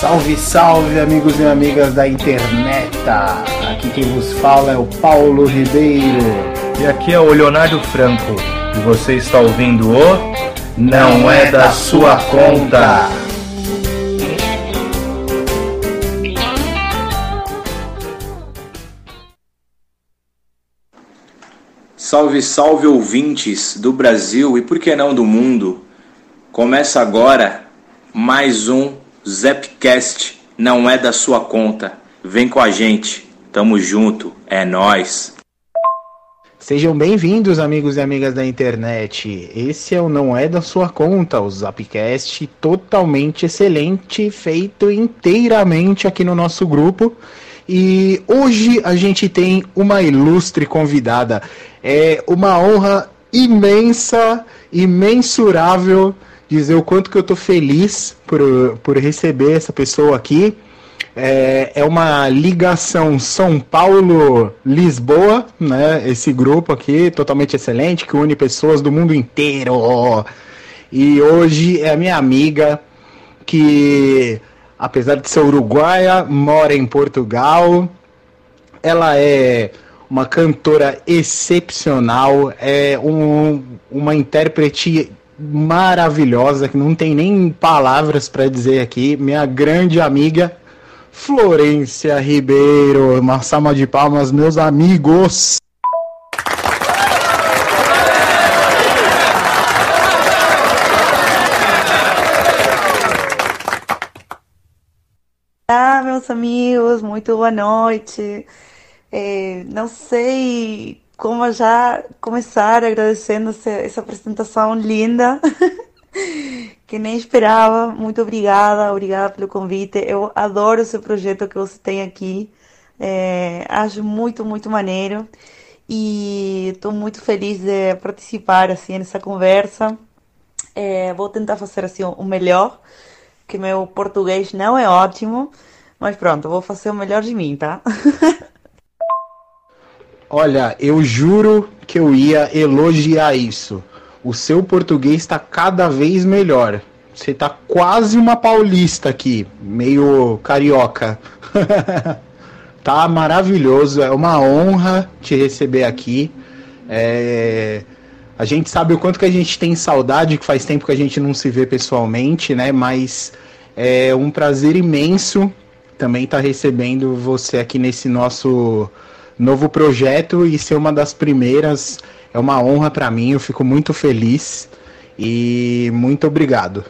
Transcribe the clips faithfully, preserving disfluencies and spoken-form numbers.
Salve, salve, amigos e amigas da internet! Aqui quem vos fala é o Paulo Ribeiro. E aqui é o Leonardo Franco. E você está ouvindo o Não, Não é, é da Sua Conta. Salve, salve, ouvintes do Brasil e por que não do mundo. Começa agora mais um Zapcast Não é da Sua Conta. Vem com a gente, tamo junto, é nóis. Sejam bem-vindos, amigos e amigas da internet. Esse é o Não é da Sua Conta, o Zapcast totalmente excelente, feito inteiramente aqui no nosso grupo. E hoje a gente tem uma ilustre convidada. É uma honra imensa, imensurável dizer o quanto que eu tô feliz por, por receber essa pessoa aqui. É, é uma ligação São Paulo-Lisboa, né? Esse grupo aqui, totalmente excelente, que une pessoas do mundo inteiro. E hoje é a minha amiga, que apesar de ser uruguaia, mora em Portugal. Ela é uma cantora excepcional, é um, uma intérprete maravilhosa, que não tem nem palavras para dizer aqui. Minha grande amiga Florência Ribeiro. Uma salva de palmas, meus amigos. Olá, meus amigos, muito boa noite. É, não sei como já começar agradecendo essa, essa apresentação linda, que nem esperava. Muito obrigada, obrigada pelo convite. Eu adoro esse projeto que você tem aqui. É, acho muito, muito maneiro. E estou muito feliz de participar assim nessa conversa. É, vou tentar fazer assim o melhor, que meu português não é ótimo, mas pronto, vou fazer o melhor de mim, tá? Olha, eu juro que eu ia elogiar isso. O seu português está cada vez melhor. Você tá quase uma paulista aqui, meio carioca. Tá maravilhoso, é uma honra te receber aqui. É... A gente sabe o quanto que a gente tem saudade, que faz tempo que a gente não se vê pessoalmente, né? Mas é um prazer imenso também estar recebendo você aqui nesse nosso novo projeto e ser uma das primeiras. É uma honra para mim, eu fico muito feliz e muito obrigado.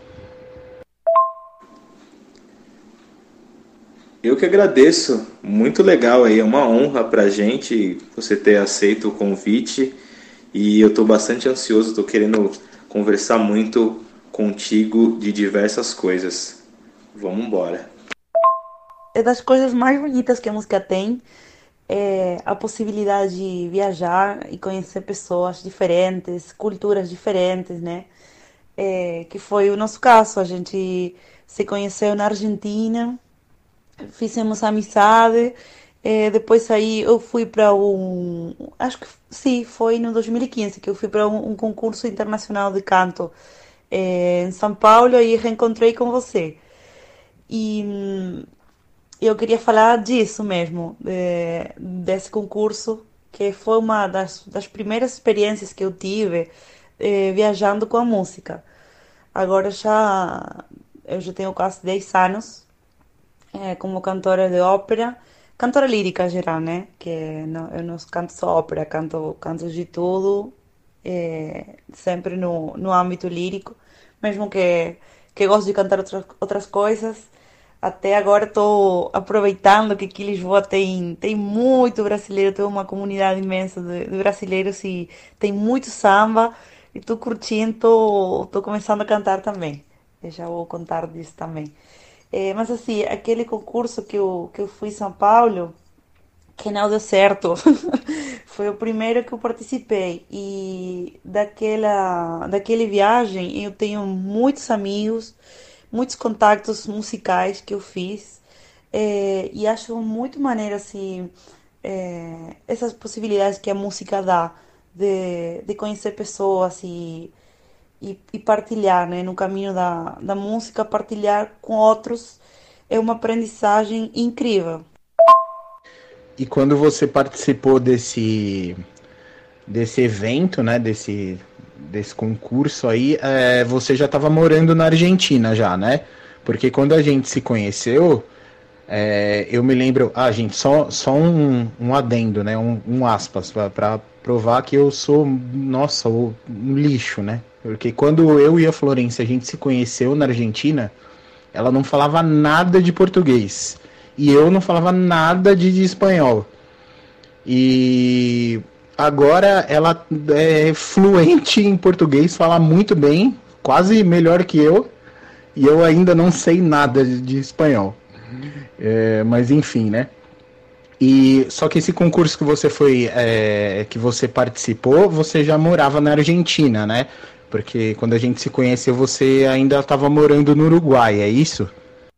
Eu que agradeço, muito legal aí, é uma honra pra gente você ter aceito o convite e eu tô bastante ansioso, tô querendo conversar muito contigo de diversas coisas. Vamos embora. É das coisas mais bonitas que a música tem, é a possibilidade de viajar e conhecer pessoas diferentes, culturas diferentes, né? É, que foi o nosso caso. A gente se conheceu na Argentina, fizemos amizade. É, depois aí eu fui para um, acho que sim, foi no dois mil e quinze que eu fui para um, um concurso internacional de canto é, em São Paulo e reencontrei com você. E hum, eu queria falar disso mesmo, de- desse concurso, que foi uma das, das primeiras experiências que eu tive eh, viajando com a música. Agora já eu já tenho quase dez anos eh, como cantora de ópera, cantora lírica em geral, né? Que não, eu não canto só ópera, canto, canto de tudo, eh, sempre no, no âmbito lírico, mesmo que, que gosto de cantar outras, outras coisas. Até agora estou aproveitando que aqui em Lisboa tem, tem muito brasileiro, tem uma comunidade imensa de, de brasileiros e tem muito samba. E estou curtindo, estou começando a cantar também. Eu já vou contar disso também. Eh, mas assim, aquele concurso que eu, que eu fui em São Paulo, que não deu certo. Foi o primeiro que eu participei. E daquela, daquela viagem eu tenho muitos amigos, muitos contatos musicais que eu fiz. Eh, e acho muito maneiro assim, eh, essas possibilidades que a música dá de, de conhecer pessoas e, e, e partilhar, né, no caminho da, da música, partilhar com outros é uma aprendizagem incrível. E quando você participou desse, desse evento, né, desse, desse concurso aí, é, você já estava morando na Argentina já, né? Porque quando a gente se conheceu, é, eu me lembro... Ah, gente, só, só um, um adendo, né? Um, um aspas, para provar que eu sou, nossa, um lixo, né? Porque quando eu e a Florência, a gente se conheceu na Argentina, ela não falava nada de português. E eu não falava nada de, de espanhol. E agora ela é fluente em português, fala muito bem, quase melhor que eu. E eu ainda não sei nada de, de espanhol. É, mas enfim, né? E só que esse concurso que você foi, é, que você participou, você já morava na Argentina, né? Porque quando a gente se conheceu, você ainda estava morando no Uruguai, é isso?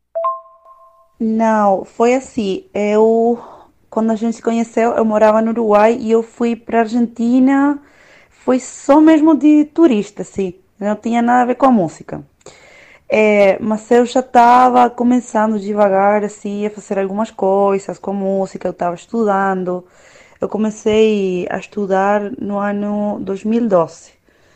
Não, foi assim. Eu, quando a gente se conheceu, eu morava no Uruguai e eu fui para Argentina. Foi só mesmo de turista, assim. Não tinha nada a ver com a música. É, mas eu já estava começando devagar, assim, a fazer algumas coisas com música. Eu estava estudando. Eu comecei a estudar no ano dois mil e doze.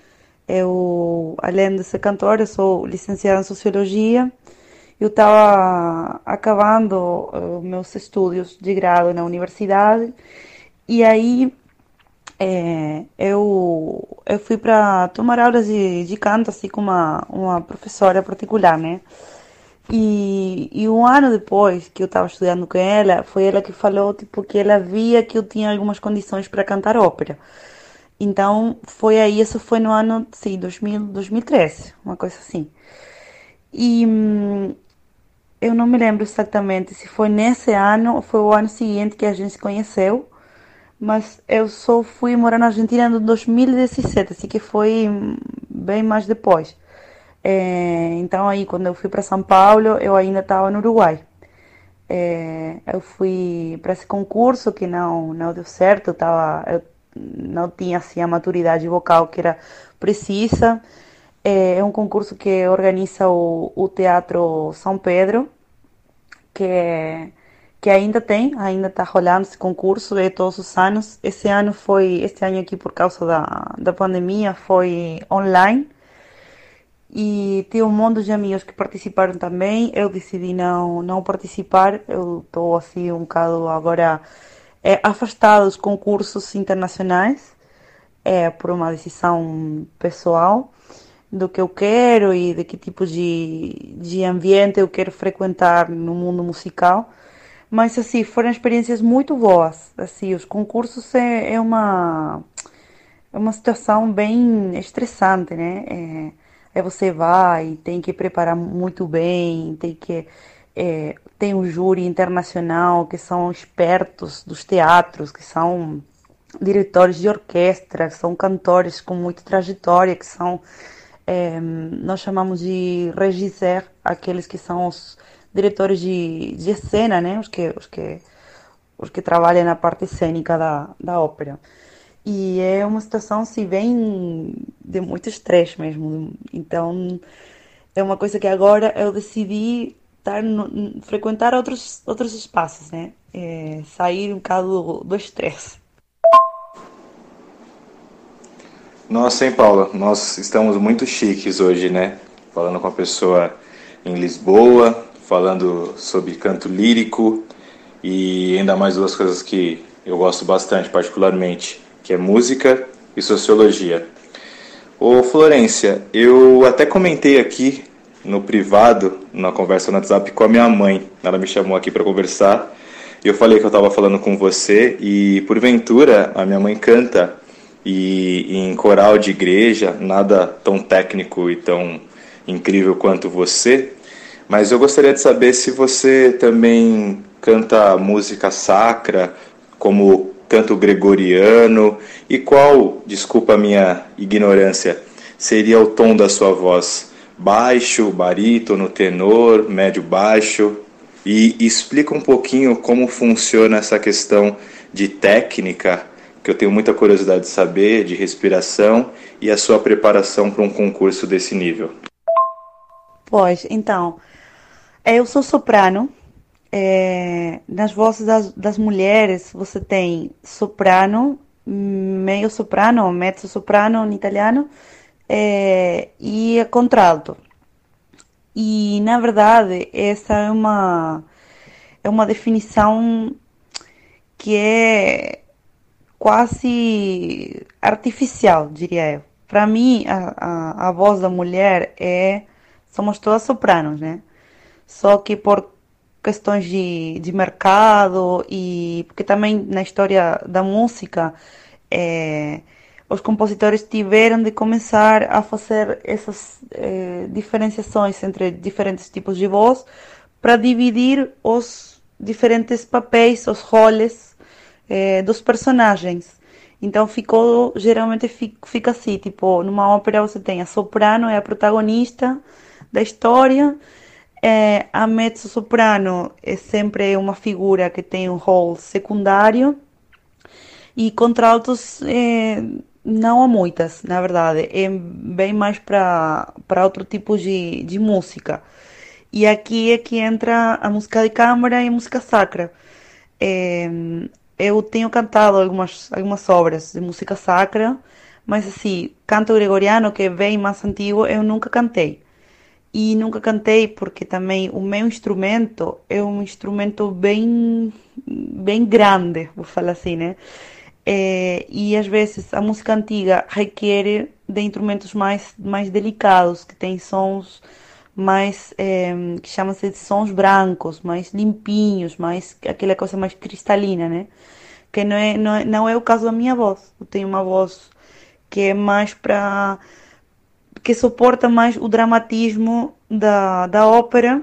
Eu, além de ser cantora, eu sou licenciada em Sociologia. Eu estava acabando uh, meus estudos de grado na universidade e aí é, eu, eu fui para tomar aulas de, de canto assim com uma, uma professora particular, né? E, e um ano depois que eu estava estudando com ela, foi ela que falou tipo, que ela via que eu tinha algumas condições para cantar ópera. Então foi aí, isso foi no ano, sim, dois mil, dois mil e treze, uma coisa assim. E hum, eu não me lembro exatamente se foi nesse ano ou foi o ano seguinte que a gente se conheceu, mas eu só fui morar na Argentina em dois mil e dezessete, assim que foi hum, bem mais depois. É, então aí quando eu fui para São Paulo, eu ainda estava no Uruguai. É, eu fui para esse concurso que não não deu certo, eu tava, eu não tinha assim a maturidade vocal que era precisa. É, é um concurso que organiza o, o Teatro São Pedro, que, que ainda tem, ainda está rolando esse concurso de todos os anos. Esse ano foi, este ano aqui por causa da, da pandemia foi online e tem um monte de amigos que participaram também. Eu decidi não, não participar, eu estou assim um bocado agora é, afastada dos concursos internacionais, é, por uma decisão pessoal do que eu quero e de que tipo de, de ambiente eu quero frequentar no mundo musical. Mas assim, foram experiências muito boas. Assim, os concursos é, é uma é uma situação bem estressante, né? É, aí você vai e tem que preparar muito bem, tem que é, tem um júri internacional que são expertos dos teatros, que são diretores de orquestra, que são cantores com muita trajetória, que são é, nós chamamos de regisseur, aqueles que são os diretores de, de cena, né? Os que, os que, os que trabalham na parte cênica da, da ópera. E é uma situação assim, bem de muito estresse mesmo. Então, é uma coisa que agora eu decidi estar no, frequentar outros, outros espaços, né? É, sair um bocado do estresse. Nossa, hein, Paula? Nós estamos muito chiques hoje, né? Falando com a pessoa em Lisboa, falando sobre canto lírico e ainda mais duas coisas que eu gosto bastante, particularmente, que é música e sociologia. Ô, Florência, eu até comentei aqui no privado, na conversa no WhatsApp com a minha mãe. Ela me chamou aqui para conversar e eu falei que eu estava falando com você e, porventura, a minha mãe canta e em coral de igreja, nada tão técnico e tão incrível quanto você, mas eu gostaria de saber se você também canta música sacra, como canto gregoriano, e qual, desculpa a minha ignorância, seria o tom da sua voz? Baixo, barítono, tenor, médio baixo? E explica um pouquinho como funciona essa questão de técnica, que eu tenho muita curiosidade de saber, de respiração e a sua preparação para um concurso desse nível. Pois, então, Eu sou soprano. É, nas vozes das, das mulheres, você tem soprano, meio soprano, mezzo soprano em italiano, é, e contralto. E, na verdade, essa é uma, é uma definição que é quase artificial, diria eu. Para mim, a, a, a voz da mulher é. Somos todas sopranos, né? Só que por questões de, de mercado e porque também na história da música eh, os compositores tiveram de começar a fazer essas eh, diferenciações entre diferentes tipos de voz para dividir os diferentes papéis, os roles eh, dos personagens. Então ficou, geralmente fica assim, tipo, numa ópera você tem a soprano, é a protagonista da história, é, a mezzo-soprano é sempre uma figura que tem um rol secundário e contraltos é, não há muitas, na verdade, é bem mais para para outro tipo de, de música. E aqui é que entra a música de câmara e a música sacra. É, eu tenho cantado algumas, algumas obras de música sacra, mas assim, canto gregoriano, que é bem mais antigo, eu nunca cantei. E nunca cantei porque também o meu instrumento é um instrumento bem, bem grande, vou falar assim, né? É, e às vezes a música antiga requer de instrumentos mais, mais delicados, que têm sons mais, é, que chama-se de sons brancos, mais limpinhos, mais aquela coisa mais cristalina, né? Que não é, não é, não é o caso da minha voz. Eu tenho uma voz que é mais para que suporta mais o dramatismo da, da ópera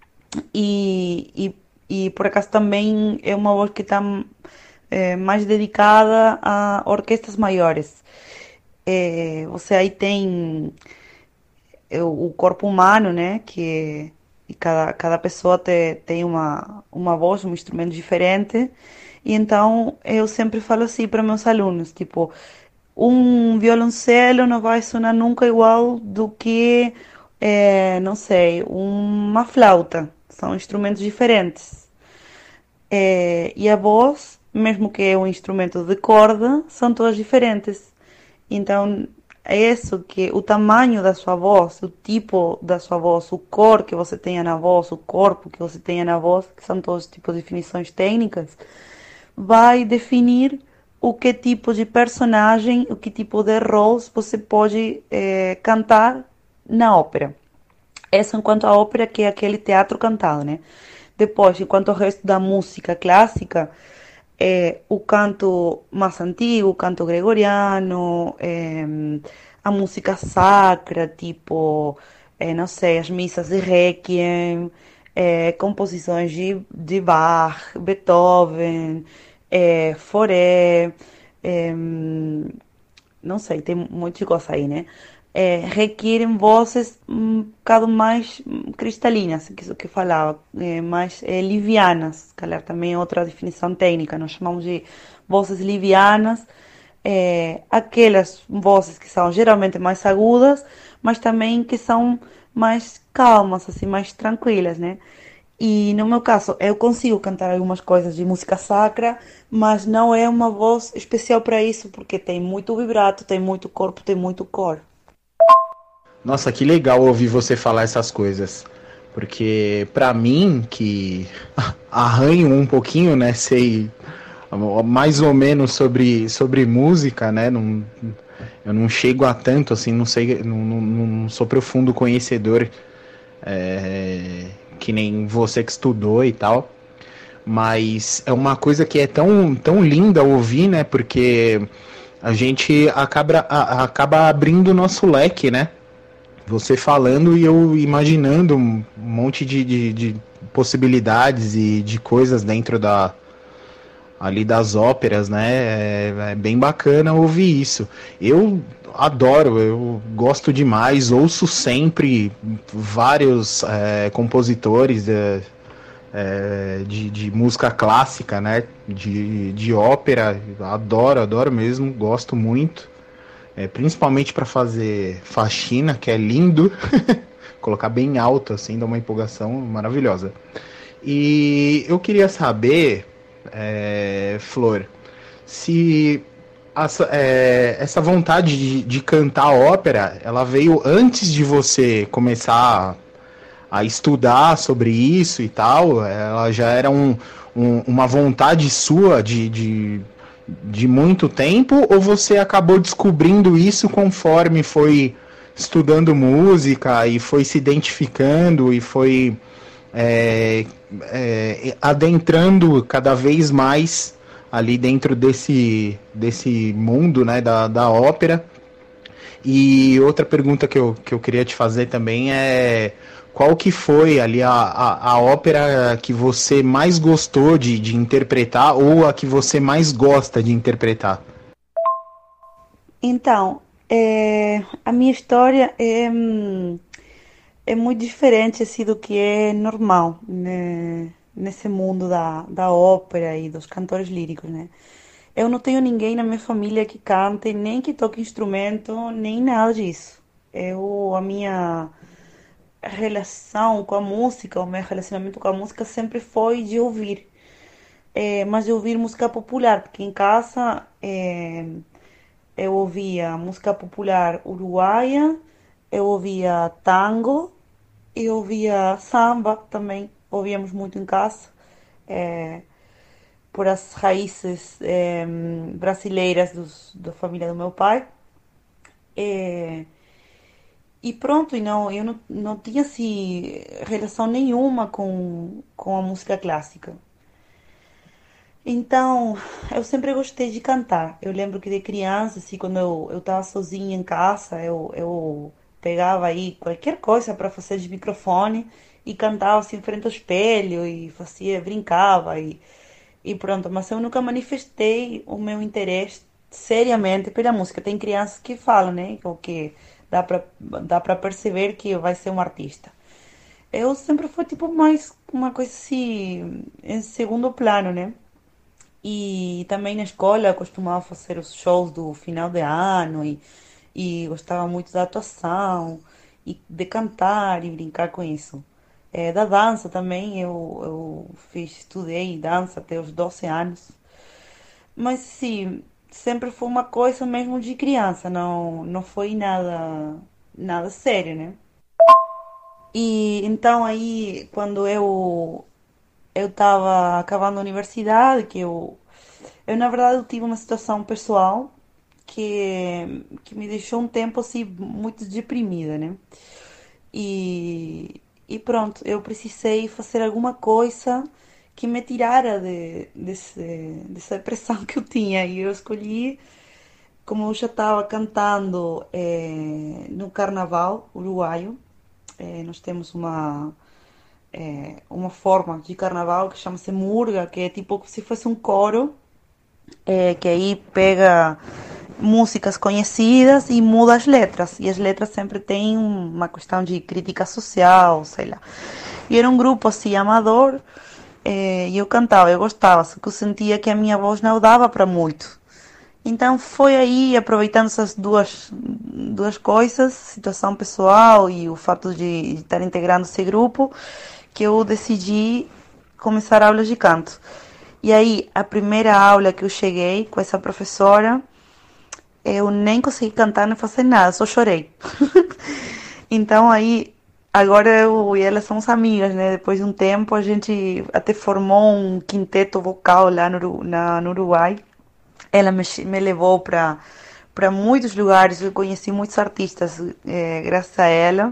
e, e, e por acaso também é uma voz que está é, mais dedicada a orquestras maiores. É, você aí tem é, o corpo humano, né? Que e cada, cada pessoa te, tem uma, uma voz, um instrumento diferente. E então eu sempre falo assim para meus alunos, tipo, um violoncelo não vai sonar nunca igual do que, é, não sei, uma flauta. São instrumentos diferentes. É, e a voz, mesmo que é um instrumento de corda, são todas diferentes. Então, é isso que o tamanho da sua voz, o tipo da sua voz, o cor que você tenha na voz, o corpo que você tenha na voz, que são todos tipos de definições técnicas, vai definir o que tipo de personagem, o que tipo de roles você pode é, cantar na ópera. Essa enquanto a ópera, que é aquele teatro cantado, né? Depois, enquanto o resto da música clássica, é o canto mais antigo, o canto gregoriano, é, a música sacra, tipo, é, não sei, as missas de Requiem, é, composições de, de Bach, Beethoven, é, Fauré, é, não sei, tem muitos coisas aí, né? É, requerem vozes um bocado mais cristalinas, que isso que eu falava, é, mais é, livianas, calhar também é outra definição técnica, nós chamamos de vozes livianas, é, aquelas vozes que são geralmente mais agudas, mas também que são mais calmas, assim, mais tranquilas, né? E no meu caso, eu consigo cantar algumas coisas de música sacra, mas não é uma voz especial para isso, porque tem muito vibrato, tem muito corpo, tem muito cor. Nossa, que legal ouvir você falar essas coisas. Porque pra mim, que arranho um pouquinho, né, sei mais ou menos sobre, sobre música, né, não, eu não chego a tanto, assim, não sei, não, não, não sou profundo conhecedor, é, que nem você que estudou e tal. Mas é uma coisa que é tão, tão linda ouvir, né, porque a gente acaba, a, acaba abrindo o nosso leque, né? Você falando e eu imaginando um monte de, de, de possibilidades e de coisas dentro da ali das óperas, né? É, é bem bacana ouvir isso. Eu adoro, eu gosto demais, ouço sempre vários é, compositores é, é, de, de música clássica, né? De, de ópera, adoro, adoro mesmo, gosto muito. É, principalmente para fazer faxina, que é lindo. colocar bem alto, assim, dá uma empolgação maravilhosa. E eu queria saber, é, Flor, se essa, é, essa vontade de, de cantar ópera, ela veio antes de você começar a, a estudar sobre isso e tal, ela já era um, um, uma vontade sua de, de, de muito tempo, ou você acabou descobrindo isso conforme foi estudando música e foi se identificando e foi é, é, adentrando cada vez mais ali dentro desse, desse mundo, né, da, da ópera? E outra pergunta que eu, que eu queria te fazer também é qual que foi ali a, a, a ópera que você mais gostou de, de interpretar ou a que você mais gosta de interpretar? Então, é, a minha história é, hum, é muito diferente assim, do que é normal, né, nesse mundo da, da ópera e dos cantores líricos, né? Eu não tenho ninguém na minha família que cante, nem que toque instrumento, nem nada disso. Eu, a minha relação com a música, o meu relacionamento com a música sempre foi de ouvir, é, mas de ouvir música popular, porque em casa é, eu ouvia música popular uruguaia, eu ouvia tango, e ouvia samba também, ouvíamos muito em casa, é, por as raízes é, brasileiras dos, da família do meu pai. É, e pronto, e não, eu não, não tinha assim, relação nenhuma com, com a música clássica. Então, eu sempre gostei de cantar. Eu lembro que de criança, assim, quando eu, eu tava sozinha em casa, eu, eu pegava aí qualquer coisa para fazer de microfone e cantava assim em frente ao espelho e fazia, brincava e, e pronto. Mas eu nunca manifestei o meu interesse seriamente pela música. Tem crianças que falam, né, o que dá para dá para perceber que vai ser um artista. Eu sempre fui tipo mais uma coisa assim em segundo plano, né? E também na escola eu costumava fazer os shows do final de ano e, e gostava muito da atuação e de cantar e brincar com isso. É, da dança também, eu, eu fiz, estudei dança até os doze anos. Mas sim, sempre foi uma coisa mesmo de criança, não, não foi nada, nada sério, né? E então aí, quando eu eu estava acabando a universidade, que eu Eu, na verdade, eu tive uma situação pessoal que, que me deixou um tempo assim muito deprimida, né? E, e pronto, eu precisei fazer alguma coisa que me tirara de, desse, dessa depressão que eu tinha. E eu escolhi, como eu já estava cantando eh, no carnaval uruguaio, eh, nós temos uma, eh, uma forma de carnaval que chama-se murga, que é tipo como se fosse um coro é, que aí pega músicas conhecidas e muda as letras. E as letras sempre têm uma questão de crítica social, sei lá. E era um grupo assim amador, é, e eu cantava, eu gostava, só que eu sentia que a minha voz não dava para muito. Então foi aí, aproveitando essas duas, duas coisas, situação pessoal e o fato de, de estar integrando esse grupo, que eu decidi começar aulas de canto. E aí, a primeira aula que eu cheguei com essa professora, eu nem consegui cantar nem fazer nada, só chorei. Então aí, agora eu e ela somos amigas, né? Depois de um tempo, a gente até formou um quinteto vocal lá no, na, no Uruguai. Ela me, me levou para para muitos lugares, eu conheci muitos artistas é, graças a ela.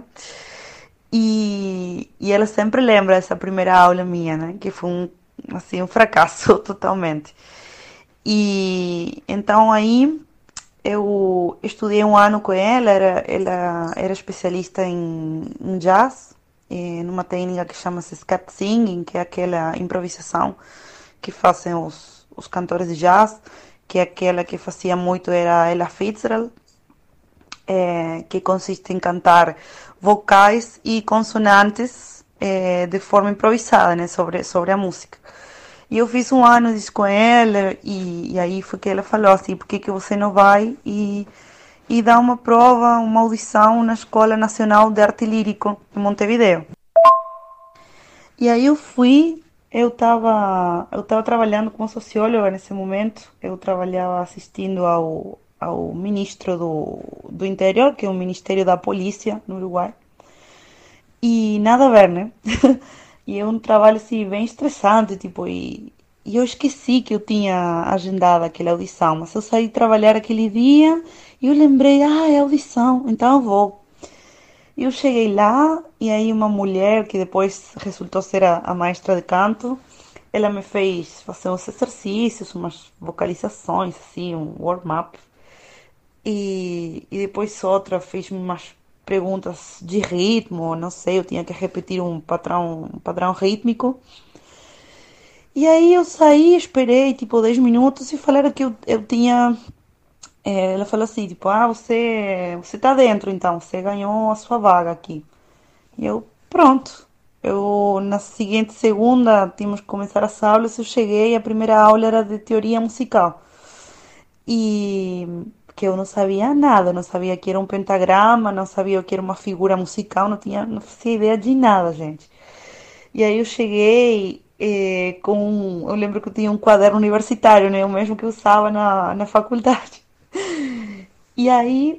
E, e ela sempre lembra essa primeira aula minha, né? Que foi um, assim, um fracasso totalmente. E então aí eu estudei um ano com ela, era, ela era especialista em, em jazz, eh, numa técnica que chama-se scat singing, que é aquela improvisação que fazem os, os cantores de jazz, que é aquela que fazia muito era Ella Fitzgerald, eh, que consiste em cantar vocais e consonantes eh, de forma improvisada, né, sobre, sobre a música. E eu fiz um ano disso com ela, e, e aí foi que ela falou assim, por que que você não vai e, e dar uma prova, uma audição na Escola Nacional de Arte Lírico em Montevideo. E aí eu fui, eu estava eu tava trabalhando como socióloga nesse momento, eu trabalhava assistindo ao, ao ministro do, do Interior, que é o Ministério da Polícia no Uruguai, e nada a ver, né? E é um trabalho assim bem estressante, tipo, e, e eu esqueci que eu tinha agendado aquela audição, mas eu saí trabalhar aquele dia e eu lembrei, ah, é audição, então eu vou. Eu cheguei lá e aí uma mulher que depois resultou ser a, a maestra de canto, ela me fez fazer uns exercícios, umas vocalizações, assim, um warm-up. E, e depois outra fez-me umas perguntas de ritmo, não sei, eu tinha que repetir um padrão, um padrão rítmico. E aí eu saí, esperei tipo dez minutos e falaram que eu, eu tinha. É, ela falou assim, tipo, ah, você, você tá dentro então, você ganhou a sua vaga aqui. E eu, pronto. Eu, na seguinte segunda, tínhamos que começar as aulas, eu cheguei e a primeira aula era de teoria musical. E que eu não sabia nada, não sabia que era um pentagrama, não sabia o que era uma figura musical, não tinha, não fazia ideia de nada, gente. E aí eu cheguei eh, com, eu lembro que eu tinha um quaderno universitário, né, o mesmo que eu usava na, na faculdade. E aí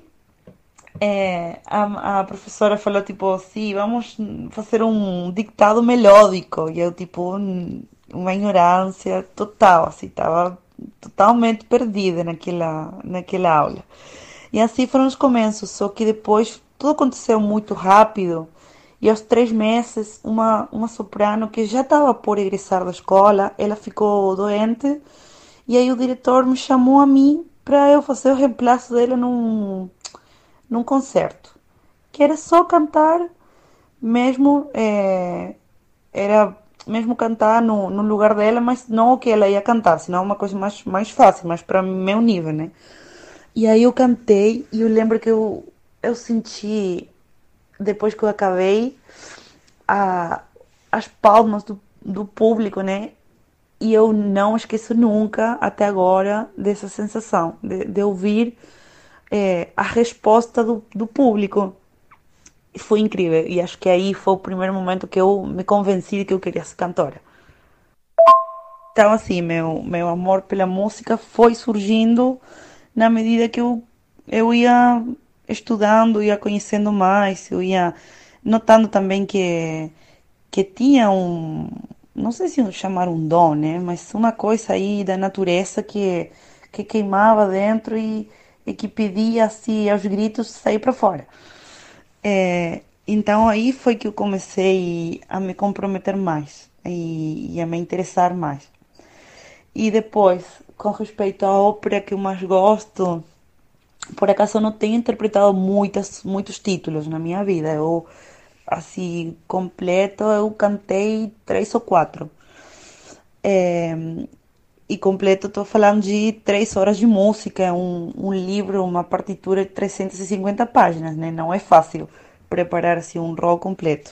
é, a, a professora falou tipo assim, vamos fazer um dictado melódico. E eu tipo, um- uma ignorância total, assim, estava totalmente perdida naquela, naquela aula. E assim foram os começos, só que depois tudo aconteceu muito rápido. E aos três meses, uma, uma soprano que já estava por egressar da escola, ela ficou doente. E aí o diretor me chamou a mim para eu fazer o reemplaço dela num, num concerto. Que era só cantar, mesmo é, era mesmo cantar no, no lugar dela, mas não o que ela ia cantar, senão uma coisa mais, mais fácil, mais para meu nível, né? E aí eu cantei e eu lembro que eu, eu senti, depois que eu acabei, a, as palmas do, do público, né? E eu não esqueço nunca, até agora, dessa sensação, de, de ouvir é, a resposta do, do público. Foi incrível. E acho que aí foi o primeiro momento que eu me convenci de que eu queria ser cantora. Então, assim, meu, meu amor pela música foi surgindo na medida que eu, eu ia estudando, ia conhecendo mais, eu ia notando também que, que tinha um, não sei se chamar um dom, né? Mas uma coisa aí da natureza que, que queimava dentro e, e que pedia, assim, aos gritos, sair para fora. É, então aí foi que eu comecei a me comprometer mais e, e a me interessar mais. E depois, com respeito à ópera que eu mais gosto, por acaso eu não tenho interpretado muitas, muitos títulos na minha vida. Eu, assim, completo, eu cantei três ou quatro. É, e completo, estou falando de três horas de música, é um, um livro, uma partitura de trezentas e cinquenta páginas, né? Não é fácil preparar assim um rol completo.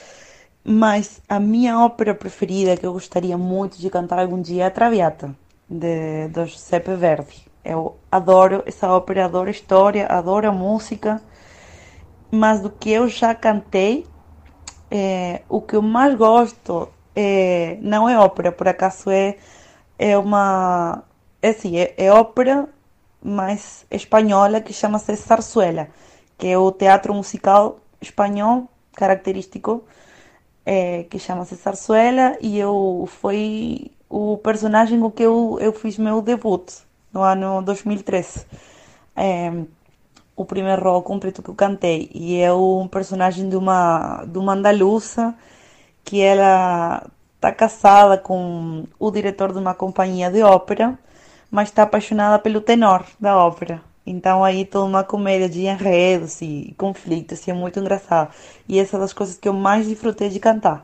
Mas a minha ópera preferida, que eu gostaria muito de cantar algum dia, é a Traviata, de, do Giuseppe Verdi. Eu adoro essa ópera, adoro a história, adoro a música, mas do que eu já cantei, é, o que eu mais gosto é, não é ópera, por acaso é, é uma. É assim, é, é ópera, mas espanhola, que chama-se Zarzuela, que é o teatro musical espanhol característico, é, que chama-se Zarzuela, e eu foi o personagem com que eu, eu fiz meu debut no ano dois mil e treze. É, o primeiro rol completo que eu cantei. E é um personagem de uma, de uma andaluza que ela está casada com o diretor de uma companhia de ópera, mas está apaixonada pelo tenor da ópera. Então aí toda uma comédia de enredos e conflitos, e é muito engraçado. E essa é das coisas que eu mais desfrutei de cantar.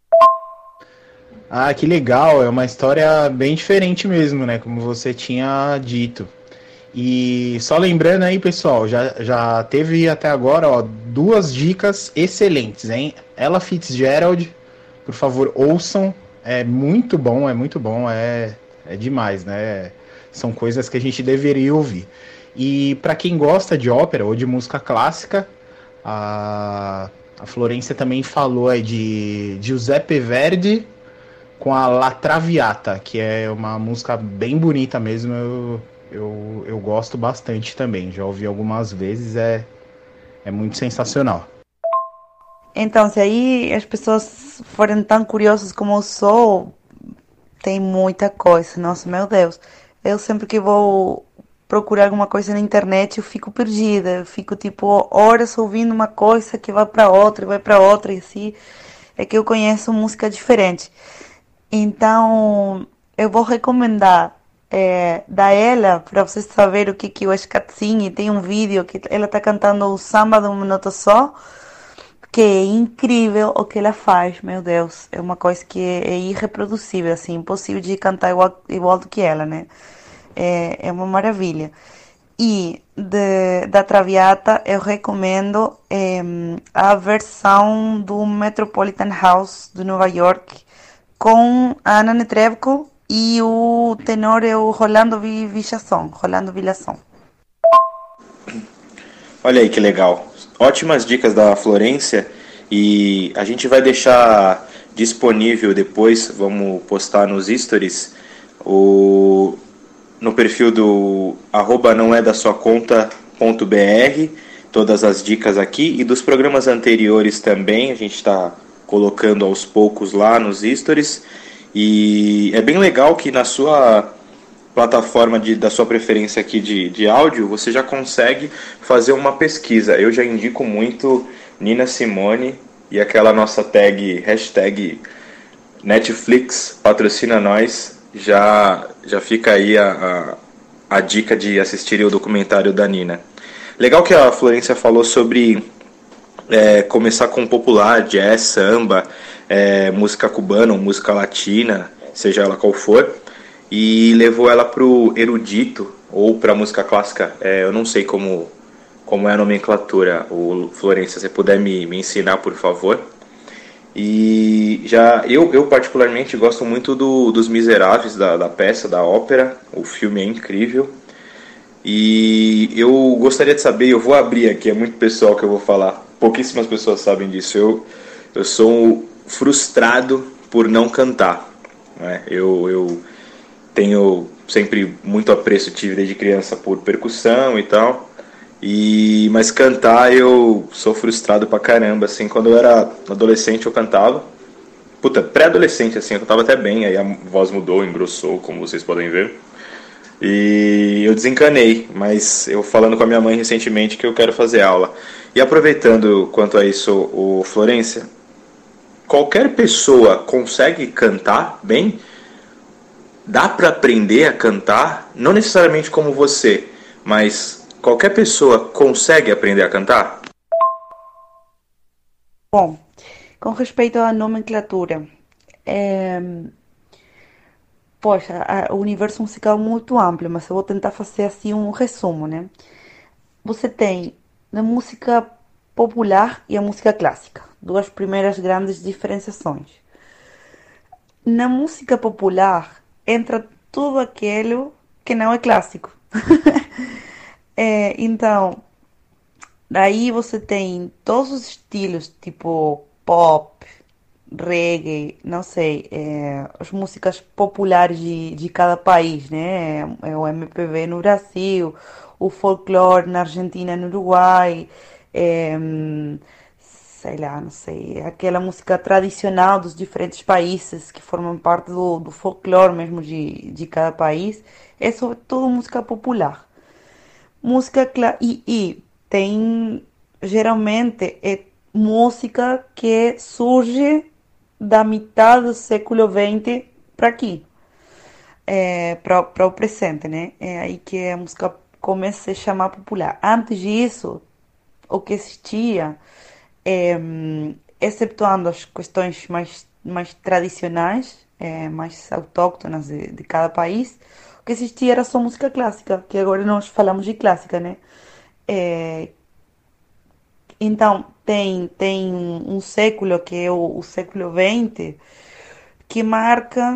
Ah, que legal, é uma história bem diferente mesmo, né? Como você tinha dito. E só lembrando aí, pessoal, já, já teve até agora, ó, duas dicas excelentes, hein? Ella Fitzgerald, por favor, ouçam. É muito bom, é muito bom, é, é demais, né? São coisas que a gente deveria ouvir. E para quem gosta de ópera ou de música clássica, a, a Florência também falou aí de Giuseppe Verdi com a La Traviata, que é uma música bem bonita mesmo. Eu, eu, eu gosto bastante também. Já ouvi algumas vezes, é, é muito sensacional. Então, se aí as pessoas forem tão curiosas como eu sou, tem muita coisa. Nossa, meu Deus. Eu sempre que vou procurar alguma coisa na internet, eu fico perdida. Eu fico tipo horas ouvindo uma coisa que vai para outra, vai para outra e assim. É que eu conheço música diferente. Então, eu vou recomendar é, da ela, para vocês saberem o que que é o Escatzini. Tem um vídeo que ela está cantando o samba de um minuto só, que é incrível o que ela faz, meu Deus. É uma coisa que é, é irreproducível, assim, impossível de cantar igual, igual do que ela, né? É, é uma maravilha. E de, da Traviata eu recomendo é, a versão do Metropolitan House de Nova York com a Ana Netrebko e o tenor é o Rolando Villazón, Rolando Villazón. Olha aí que legal. Ótimas dicas da Florência e a gente vai deixar disponível depois, vamos postar nos stories, o, no perfil do arroba não é da sua conta ponto br, todas as dicas aqui e dos programas anteriores também, a gente está colocando aos poucos lá nos stories e é bem legal que na sua plataforma de, da sua preferência aqui de, de áudio, você já consegue fazer uma pesquisa. Eu já indico muito Nina Simone e aquela nossa tag, hashtag Netflix patrocina nós, já, já fica aí a, a, a dica de assistir o documentário da Nina. Legal que a Florência falou sobre é, começar com popular, jazz, samba, é, música cubana ou música latina, seja ela qual for, e levou ela pro erudito ou pra música clássica. É, eu não sei como, como é a nomenclatura. O Florência, se você puder me, me ensinar, por favor. E já eu, eu particularmente gosto muito do, dos Miseráveis, da, da peça, da ópera. O filme é incrível. E eu gostaria de saber, eu vou abrir aqui, é muito pessoal que eu vou falar. Pouquíssimas pessoas sabem disso. Eu, eu sou frustrado por não cantar, né? Eu... eu tenho sempre muito apreço, tive desde criança por percussão e tal, e, mas cantar eu sou frustrado pra caramba, assim, quando eu era adolescente eu cantava, puta, pré-adolescente assim, eu cantava até bem, aí a voz mudou, engrossou, como vocês podem ver, e eu desencanei, mas eu falando com a minha mãe recentemente que eu quero fazer aula. E aproveitando quanto a isso, o Florência, qualquer pessoa consegue cantar bem? Dá para aprender a cantar, não necessariamente como você, mas qualquer pessoa consegue aprender a cantar? Bom, com respeito à nomenclatura, é... poxa, a- o universo musical é muito amplo, mas eu vou tentar fazer assim um resumo, né? Você tem a música popular e a música clássica, duas primeiras grandes diferenciações. Na música popular entra tudo aquilo que não é clássico. É, então, daí você tem todos os estilos, tipo pop, reggae, não sei, é, as músicas populares de, de cada país, né? É o M P B no Brasil, o folclore na Argentina, no Uruguai, é, hum, sei lá, não sei, aquela música tradicional dos diferentes países que formam parte do, do folclore mesmo de, de cada país. É sobretudo música popular. Música cla- e, e tem geralmente é música que surge da metade do século vinte para aqui, é, para o presente, né? É aí que a música começa a se chamar popular. Antes disso, o que existia, é, hum, excetuando as questões mais, mais tradicionais, é, mais autóctonas de, de cada país, o que existia era só música clássica, que agora nós falamos de clássica, né? É, então, tem, tem um, um século, que é o, o século vinte, que marca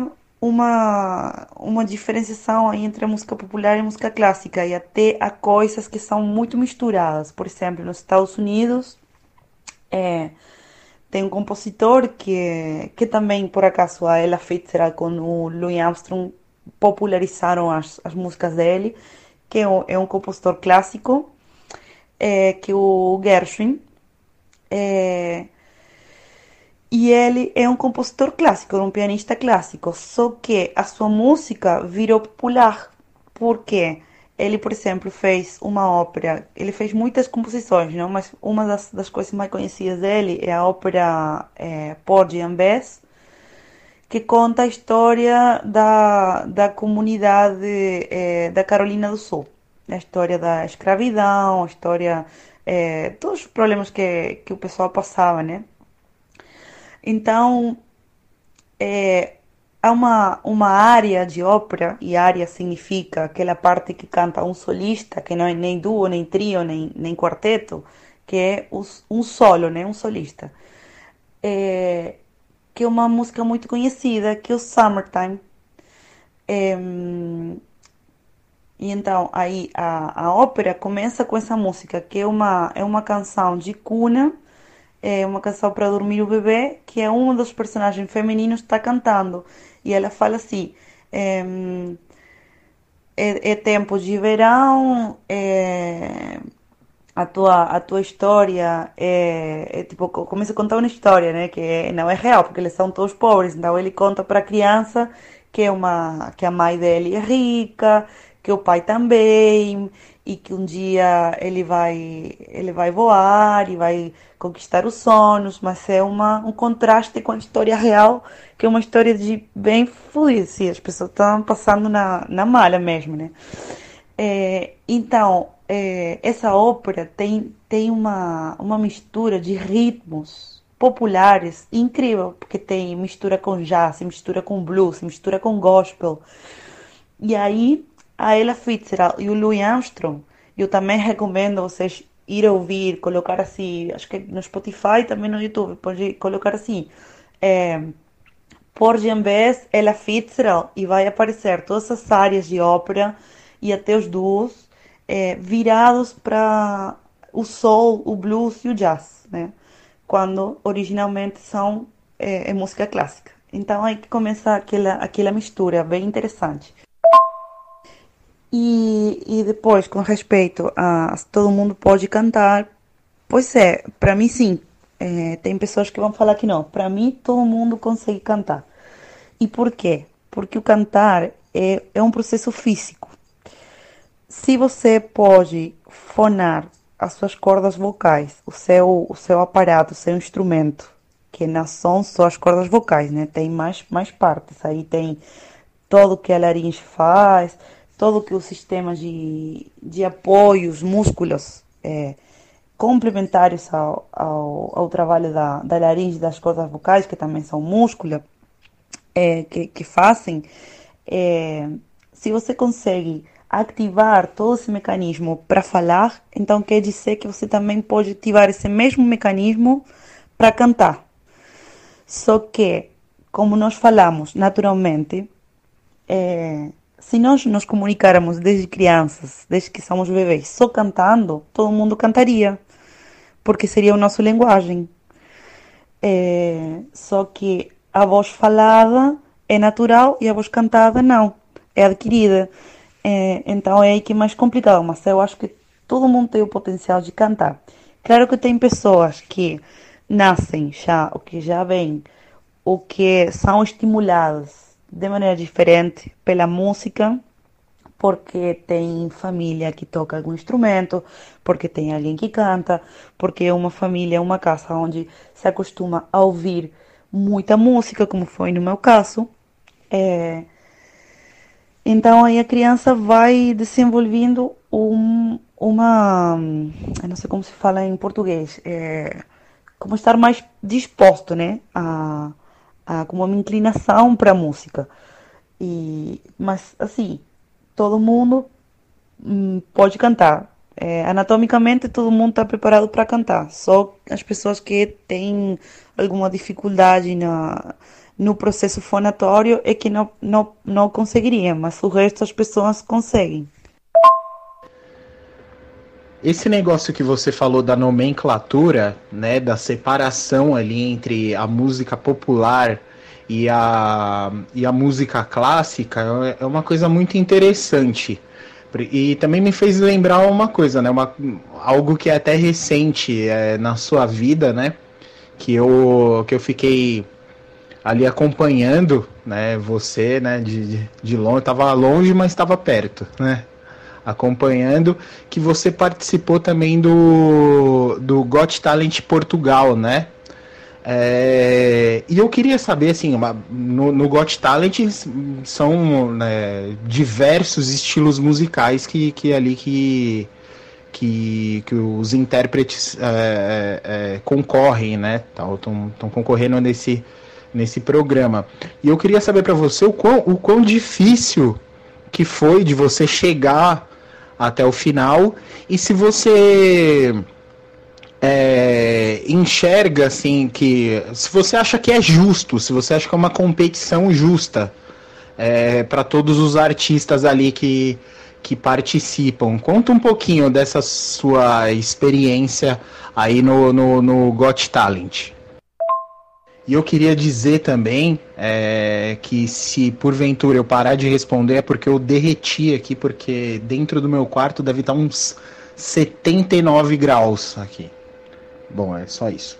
uma, uma diferenciação aí entre a música popular e a música clássica, e até há coisas que são muito misturadas. Por exemplo, nos Estados Unidos, é, tem um compositor que, que também, por acaso, a Ella Fitzgerald com o Louis Armstrong popularizaram as, as músicas dele, que é um, é um compositor clássico, é, que é o Gershwin. É, e ele é um compositor clássico, um pianista clássico, só que a sua música virou popular. Por quê? Ele, por exemplo, fez uma ópera, ele fez muitas composições, não? Mas uma das, das coisas mais conhecidas dele é a ópera é, Porgy and Bess, que conta a história da, da comunidade é, da Carolina do Sul. A história da escravidão, a história, é, todos os problemas que, que o pessoal passava, né? Então, é, há uma, uma área de ópera, e área significa aquela parte que canta um solista, que não é nem duo, nem trio, nem, nem quarteto, que é um solo, né? Um solista. É, que é uma música muito conhecida, que é o Summertime. É, e então, aí a, a ópera começa com essa música, que é uma, é uma canção de cuna, é uma canção para dormir o bebê, que é um dos personagens femininos que está cantando. E ela fala assim: é, é, é tempo de verão, é, a tua, a tua história é, é tipo, começa a contar uma história, né, que é, não é real, porque eles são todos pobres. Então ele conta para a criança que é uma que a mãe dele é rica, que o pai também, e que um dia ele vai ele vai voar e vai conquistar os sonhos, mas é uma, um contraste com a história real, que é uma história de bem fluida, assim, as pessoas estão passando na, na malha mesmo, né? É, então, é, essa ópera tem, tem uma, uma mistura de ritmos populares incrível, porque tem mistura com jazz, mistura com blues, mistura com gospel. E aí, a Ella Fitzgerald e o Louis Armstrong, eu também recomendo vocês ir ouvir, colocar assim, acho que no Spotify, também no YouTube, pode colocar assim, é, Porgy and Bess, Ella Fitzgerald, e vai aparecer todas as áreas de ópera e até os duos é, virados para o soul, o blues e o jazz, né? Quando originalmente são é, é música clássica. Então aí que começa aquela, aquela mistura bem interessante. E, e depois, com respeito a se todo mundo pode cantar, pois é, para mim sim. É, tem pessoas que vão falar que não. Para mim, todo mundo consegue cantar. E por quê? Porque o cantar é, é um processo físico. Se você pode fonar as suas cordas vocais, o seu, o seu aparato, o seu instrumento, que não são só as cordas vocais, né? Tem mais, mais partes. Aí tem todo o que a laringe faz, todo o que o sistema de, de apoio, os músculos é, complementares ao, ao, ao trabalho da, da laringe, das cordas vocais, que também são músculos, é, que, que fazem. É, se você consegue ativar todo esse mecanismo para falar, então quer dizer que você também pode ativar esse mesmo mecanismo para cantar. Só que, como nós falamos naturalmente, é, se nós nos comunicáramos desde crianças, desde que somos bebês, só cantando, todo mundo cantaria, porque seria a nossa linguagem. É, só que a voz falada é natural e a voz cantada não, é adquirida. É, então é aí que é mais complicado, mas eu acho que todo mundo tem o potencial de cantar. Claro que tem pessoas que nascem já, ou que já vêm, ou que são estimuladas de maneira diferente pela música, porque tem família que toca algum instrumento, porque tem alguém que canta, porque é uma família, uma casa onde se acostuma a ouvir muita música, como foi no meu caso. É, então aí a criança vai desenvolvendo um, uma, eu não sei como se fala em português, é, como estar mais disposto, né, a, a como uma inclinação para a música. E, mas assim, todo mundo hum, pode cantar. É, anatomicamente todo mundo está preparado para cantar. Só as pessoas que têm alguma dificuldade na, no processo fonatório é que não, não, não conseguiriam, mas o resto as pessoas conseguem. Esse negócio que você falou da nomenclatura, né, da separação ali entre a música popular e a, e a música clássica é uma coisa muito interessante. E também me fez lembrar uma coisa, né, uma, algo que é até recente é, na sua vida, né, que eu, que eu fiquei ali acompanhando, né, você, né, de, de longe, estava longe, mas estava perto, né, acompanhando, que você participou também do, do Got Talent Portugal, né? É, e eu queria saber, assim, no, no Got Talent são né, diversos estilos musicais que, que ali que, que, que os intérpretes é, é, concorrem, né? Estão concorrendo nesse, nesse programa. E eu queria saber para você o quão, o quão difícil que foi de você chegar até o final, e se você é, enxerga assim que se você acha que é justo, se você acha que é uma competição justa é, para todos os artistas ali que, que participam. Conta um pouquinho dessa sua experiência aí no, no, no Got Talent. E eu queria dizer também é, que se porventura eu parar de responder é porque eu derreti aqui, porque dentro do meu quarto deve estar uns setenta e nove graus aqui. Bom, é só isso.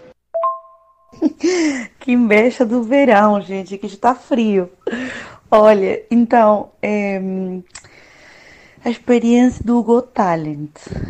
Que inveja do verão, gente, que está frio. Olha, então, é, a experiência do Got Talent.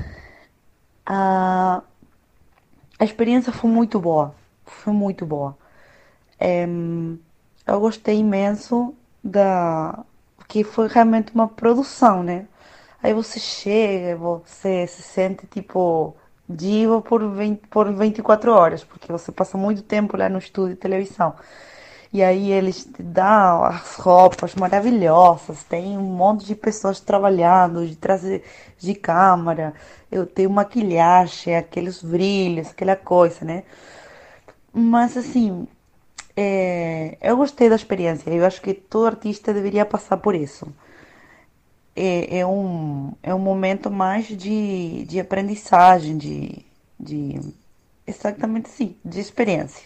A, a experiência foi muito boa, foi muito boa. É, eu gostei imenso da que foi realmente uma produção, né? Aí você chega, você se sente tipo diva por vinte, por vinte e quatro horas, porque você passa muito tempo lá no estúdio de televisão. E aí eles te dão as roupas maravilhosas, tem um monte de pessoas trabalhando, de trazer de câmera, eu tenho maquilhagem, aqueles brilhos, aquela coisa, né? Mas assim, é, eu gostei da experiência. Eu acho que todo artista deveria passar por isso. É, é um, é um momento mais de, de aprendizagem, de, de exatamente sim, de experiência.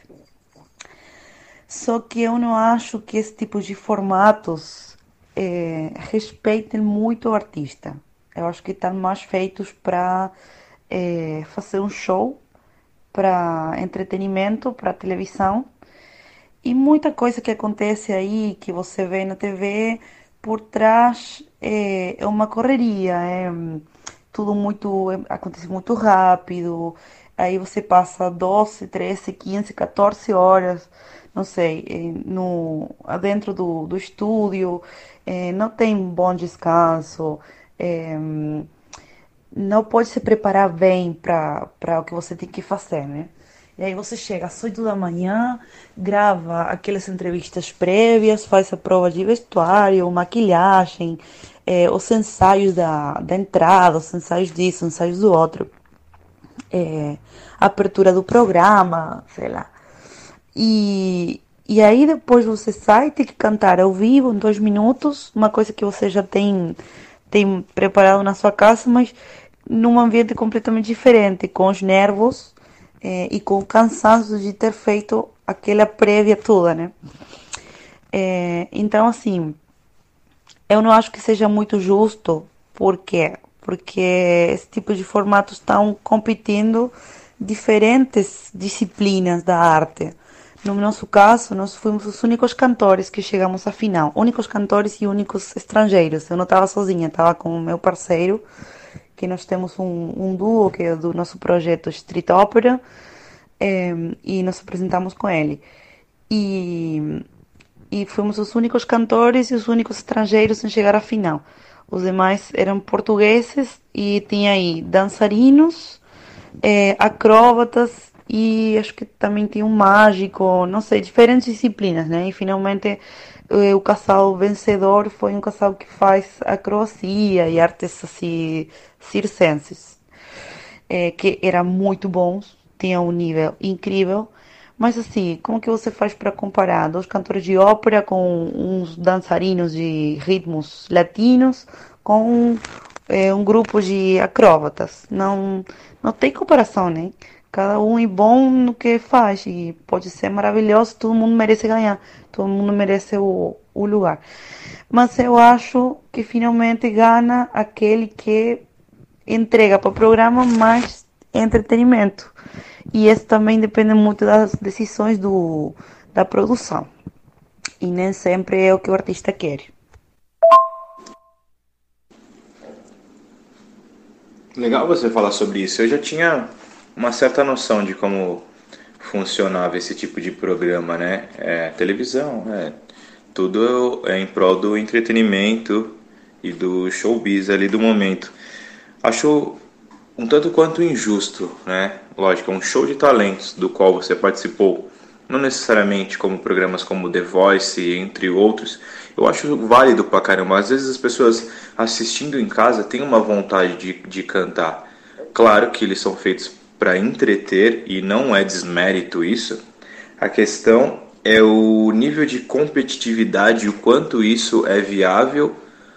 Só que eu não acho que esse tipo de formatos é, respeitem muito o artista. Eu acho que estão mais feitos para é, fazer um show, para entretenimento, para televisão. E muita coisa que acontece aí, que você vê na T V, por trás é, é uma correria, é tudo muito, é, acontece muito rápido, aí você passa doze, treze, quinze, quatorze horas, não sei, é, no, dentro do, do estúdio, é, não tem bom descanso, é, não pode se preparar bem para para o que você tem que fazer, né? E aí você chega às oito da manhã, grava aquelas entrevistas prévias, faz a prova de vestuário, maquilhagem, eh, os ensaios da, da entrada, os ensaios disso, os ensaios do outro, eh, a abertura do programa, sei lá. E, e aí depois você sai, tem que cantar ao vivo em dois minutos, uma coisa que você já tem, tem preparado na sua casa, mas num ambiente completamente diferente, com os nervos é, e com o cansaço de ter feito aquela prévia toda, né? É, então, assim, eu não acho que seja muito justo, por quê? Porque esse tipo de formatos estão competindo diferentes disciplinas da arte. No nosso caso, nós fomos os únicos cantores que chegamos à final, únicos cantores e únicos estrangeiros. Eu não estava sozinha, estava com o meu parceiro, que nós temos um, um duo, que é do nosso projeto Street Opera, é, e nos apresentamos com ele. E, e fomos os únicos cantores e os únicos estrangeiros em chegar à final. Os demais eram portugueses e tinha aí dançarinos, é, acróbatas e acho que também tinha um mágico, não sei, diferentes disciplinas, né? E finalmente eh, o casal vencedor foi um casal que faz acrobacia e artes assim circenses, eh, que eram muito bons, tinham um nível incrível, Mas assim, como que você faz para comparar dois cantores de ópera com uns dançarinos de ritmos latinos com é, um grupo de acróbatas? Não, não tem comparação, né? Cada um é bom no que faz e pode ser maravilhoso, todo mundo merece ganhar, todo mundo merece o, o lugar. Mas eu acho que finalmente ganha aquele que entrega para o programa mais entretenimento. E isso também depende muito das decisões do, da produção. E nem sempre é o que o artista quer. Legal você falar sobre isso. Eu já tinha uma certa noção de como funcionava esse tipo de programa, né? É, televisão, é, tudo é em prol do entretenimento e do showbiz ali do momento. Acho um tanto quanto injusto, né? Lógico, é um show de talentos do qual você participou, não necessariamente como programas como The Voice, entre outros. Eu acho válido pra caramba. Às vezes as pessoas assistindo em casa têm uma vontade de, de cantar. Claro que eles são feitos para entreter e não é desmérito isso. A questão é o nível de competitividade, o quanto isso é viável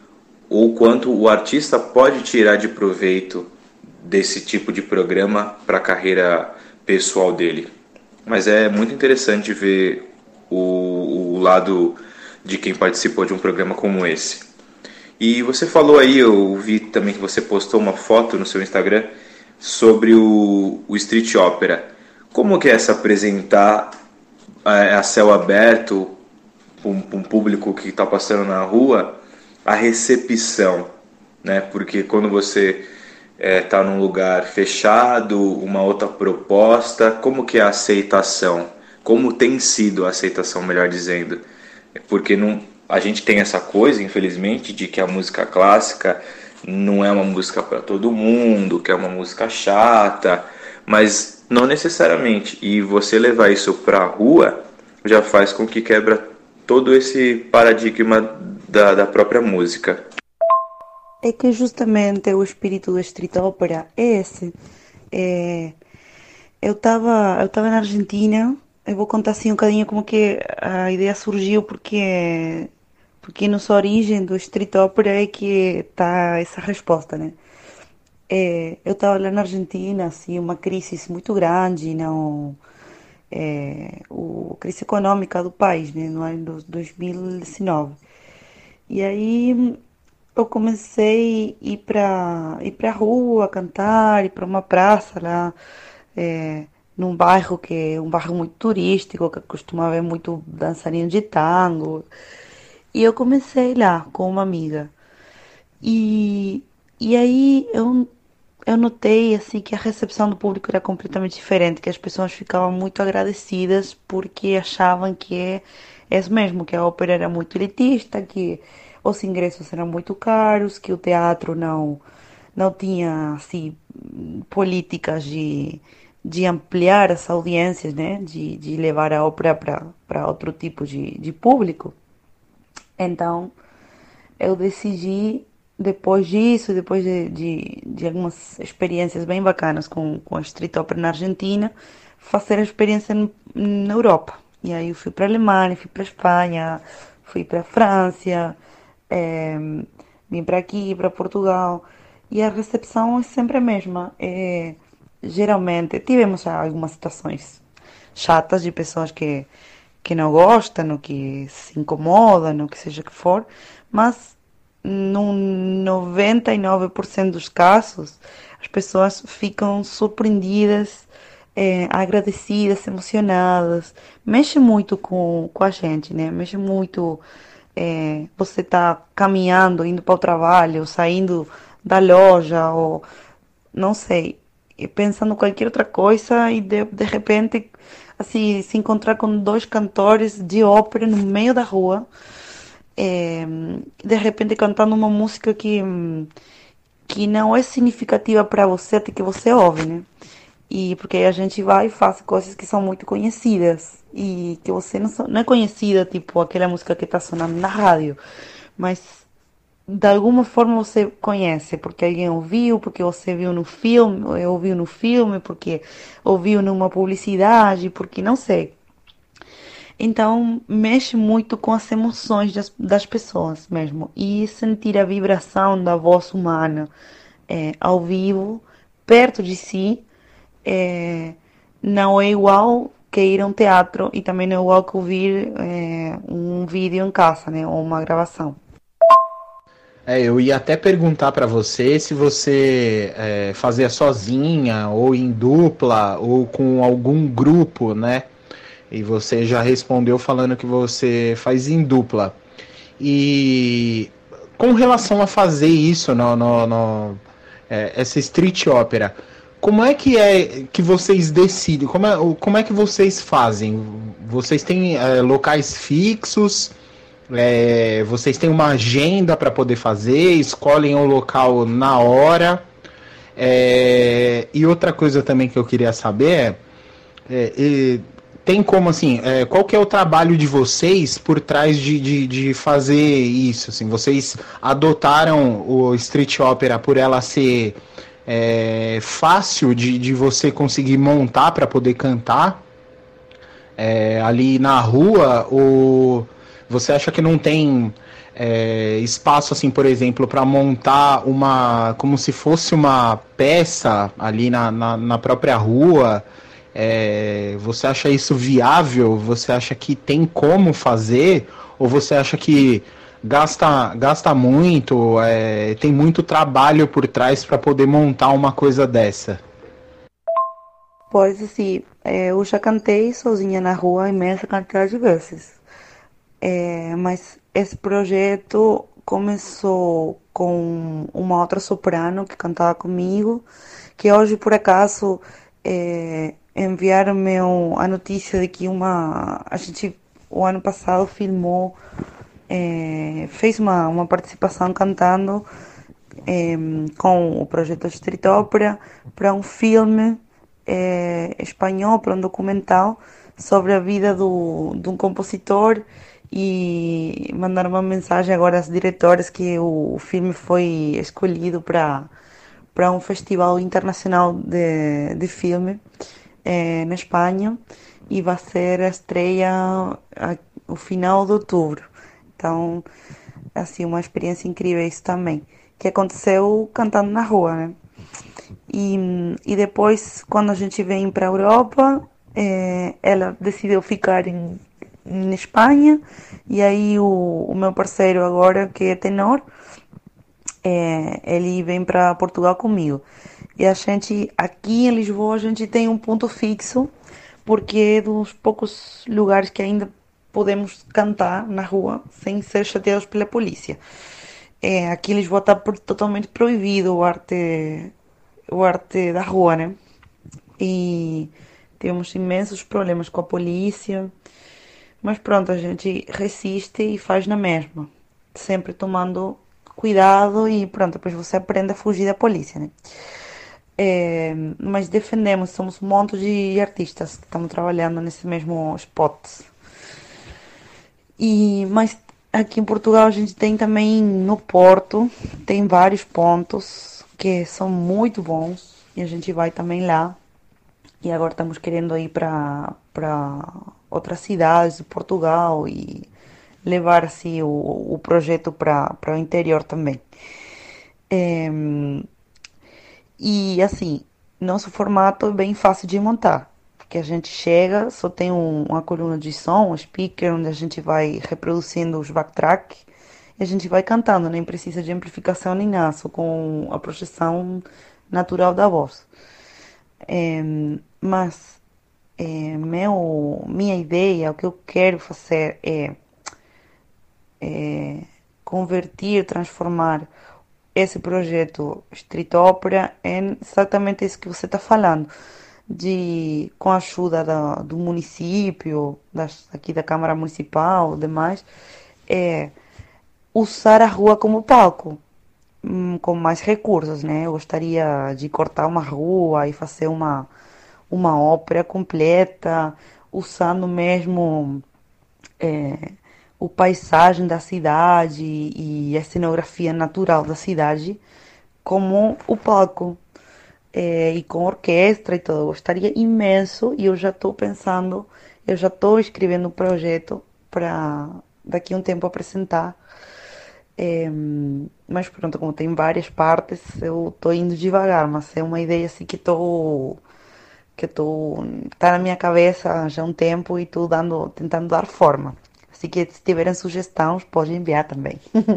ou quanto o artista pode tirar de proveito desse tipo de programa para a carreira pessoal dele. Mas é muito interessante ver o, o lado de quem participou de um programa como esse. E você falou aí, eu vi também que você postou uma foto no seu Instagram sobre o, o Street Opera. Como que é se apresentar a, a céu aberto para um, um público que está passando na rua, a recepção, né? Porque quando você está é, num lugar fechado, uma outra proposta, como que é a aceitação? Como tem sido a aceitação, melhor dizendo? Porque não, a gente tem essa coisa, infelizmente, de que a música clássica não é uma música para todo mundo, que é uma música chata, mas não necessariamente. E você levar isso para a rua já faz com que quebra todo esse paradigma da, da própria música. É que justamente o espírito da street opera é esse. É, eu estava eu tava na Argentina, eu vou contar assim um bocadinho como que a ideia surgiu, porque, porque na sua origem do street opera é que está essa resposta, né? É, eu estava lá na Argentina, assim, uma crise muito grande, não, é, o, a crise econômica do país, né, no ano de dois mil e dezenove. E aí eu comecei a ir para ir para rua, cantar, ir para uma praça lá, é, num bairro que é um bairro muito turístico, que costumava haver muito dançarino de tango. E eu comecei lá com uma amiga. E, e aí eu, eu notei assim que a recepção do público era completamente diferente, que as pessoas ficavam muito agradecidas porque achavam que é, é isso mesmo, que a ópera era muito elitista, que os ingressos eram muito caros, que o teatro não não tinha assim políticas de, de ampliar as audiências, né, de, de levar a ópera para para outro tipo de, de público. Então eu decidi, depois disso, depois de, de, de algumas experiências bem bacanas com, com a Street Opera na Argentina, fazer a experiência no- na Europa. E aí eu fui para a Alemanha, fui para a Espanha, fui para a França, eh, vim para aqui, para Portugal. E a recepção é sempre a mesma. É, geralmente, tivemos já algumas situações chatas de pessoas que, que não gostam, ou que se incomodam, ou que seja que for, mas no noventa e nove por cento dos casos as pessoas ficam surpreendidas, eh, agradecidas, emocionadas. Mexe muito com, com a gente, né? Mexe muito. Eh, você tá caminhando, indo para o trabalho, saindo da loja, ou não sei, e pensando qualquer outra coisa e de, de repente, assim, se encontrar com dois cantores de ópera no meio da rua, é, de repente cantando uma música que, hum, que não é significativa para você até que você ouve, né? E porque aí a gente vai e faz coisas que são muito conhecidas e que você não, são- não é conhecida, tipo aquela música que está sonando na rádio, mas de alguma forma você conhece, porque alguém ouviu, porque você viu no filme, ou ouviu no filme, porque ouviu numa publicidade, porque não sei. Então, mexe muito com as emoções das, das pessoas mesmo. E sentir a vibração da voz humana é, ao vivo, perto de si, é, não é igual que ir a um teatro e também não é igual que ouvir é, um vídeo em casa, né, ou uma gravação. É, eu ia até perguntar para você se você é, fazia sozinha, ou em dupla, ou com algum grupo, né? E você já respondeu falando que você faz em dupla. E com relação a fazer isso, no, no, no é, essa street opera, como é que é que vocês decidem? Como é, como é que vocês fazem? Vocês têm é, locais fixos? É, vocês têm uma agenda para poder fazer? Escolhem o local na hora? É, e outra coisa também que eu queria saber é, é tem como assim, é, qual que é o trabalho de vocês por trás de, de, de fazer isso? Assim, vocês adotaram o Street Opera por ela ser é, fácil de, de você conseguir montar para poder cantar é, ali na rua? Ou você acha que não tem é, espaço, assim, por exemplo, para montar uma, como se fosse uma peça ali na, na, na própria rua? É, você acha isso viável? Você acha que tem como fazer? Ou você acha que gasta, gasta muito, é, tem muito trabalho por trás para poder montar uma coisa dessa? Pois assim, é, eu já cantei sozinha na rua imensa quantidade de vezes. É, mas esse projeto começou com uma outra soprano que cantava comigo, que hoje por acaso é, enviaram-me um- a notícia de que uma a gente o ano passado filmou, é, fez uma, uma participação cantando é, com o projeto Street Opera para um filme é, espanhol, para um documental sobre a vida do, de um compositor e mandaram uma mensagem agora às diretoras que o, o filme foi escolhido para para um festival internacional de, de filme é, na Espanha e vai ser a estreia a, o final de outubro. Então, assim, uma experiência incrível isso também. Que aconteceu cantando na rua, né? E, e depois, quando a gente vem para a Europa, eh, ela decidiu ficar em, em Espanha. E aí o, o meu parceiro agora, que é tenor, eh, ele vem para Portugal comigo. E a gente, aqui em Lisboa, a gente tem um ponto fixo, porque é dos poucos lugares que ainda podemos cantar na rua sem ser chateados pela polícia. É, aqui em Lisboa está totalmente proibido o arte, o arte da rua, né? E temos imensos problemas com a polícia, mas pronto, a gente resiste e faz na mesma, sempre tomando cuidado e pronto, depois você aprende a fugir da polícia, né? É, mas defendemos, somos um monte de artistas que estamos trabalhando nesse mesmo spot. E, mas aqui em Portugal a gente tem também no Porto, tem vários pontos que são muito bons e a gente vai também lá. E agora estamos querendo ir para para outras cidades de Portugal e levar assim o, o projeto para para o interior também. É, e assim, nosso formato é bem fácil de montar, porque a gente chega, só tem um- uma coluna de som, um speaker, onde a gente vai reproduzindo os backtrack e a gente vai cantando, nem precisa de amplificação nem nada, só com a projeção natural da voz. É, mas é, meu, minha ideia, o que eu quero fazer é convertir, transformar esse projeto Street Opera em exatamente isso que você está falando, de com a ajuda da, do município, das, aqui da Câmara Municipal, demais, é usar a rua como palco, hum, com mais recursos, né? Eu gostaria de cortar uma rua e fazer uma, uma ópera completa, usando mesmo o paisagem da cidade e a cenografia natural da cidade como o palco. É, e com orquestra e tudo. Eu gostaria imenso e eu já estou pensando, eu já estou escrevendo um projeto para daqui a um tempo apresentar. É, mas pronto, como tem várias partes, eu estou indo devagar, mas é uma ideia assim que estou que estou tá na minha cabeça já há um tempo e estou dando, tentando dar forma. Assim que se tiverem sugestões, pode enviar também.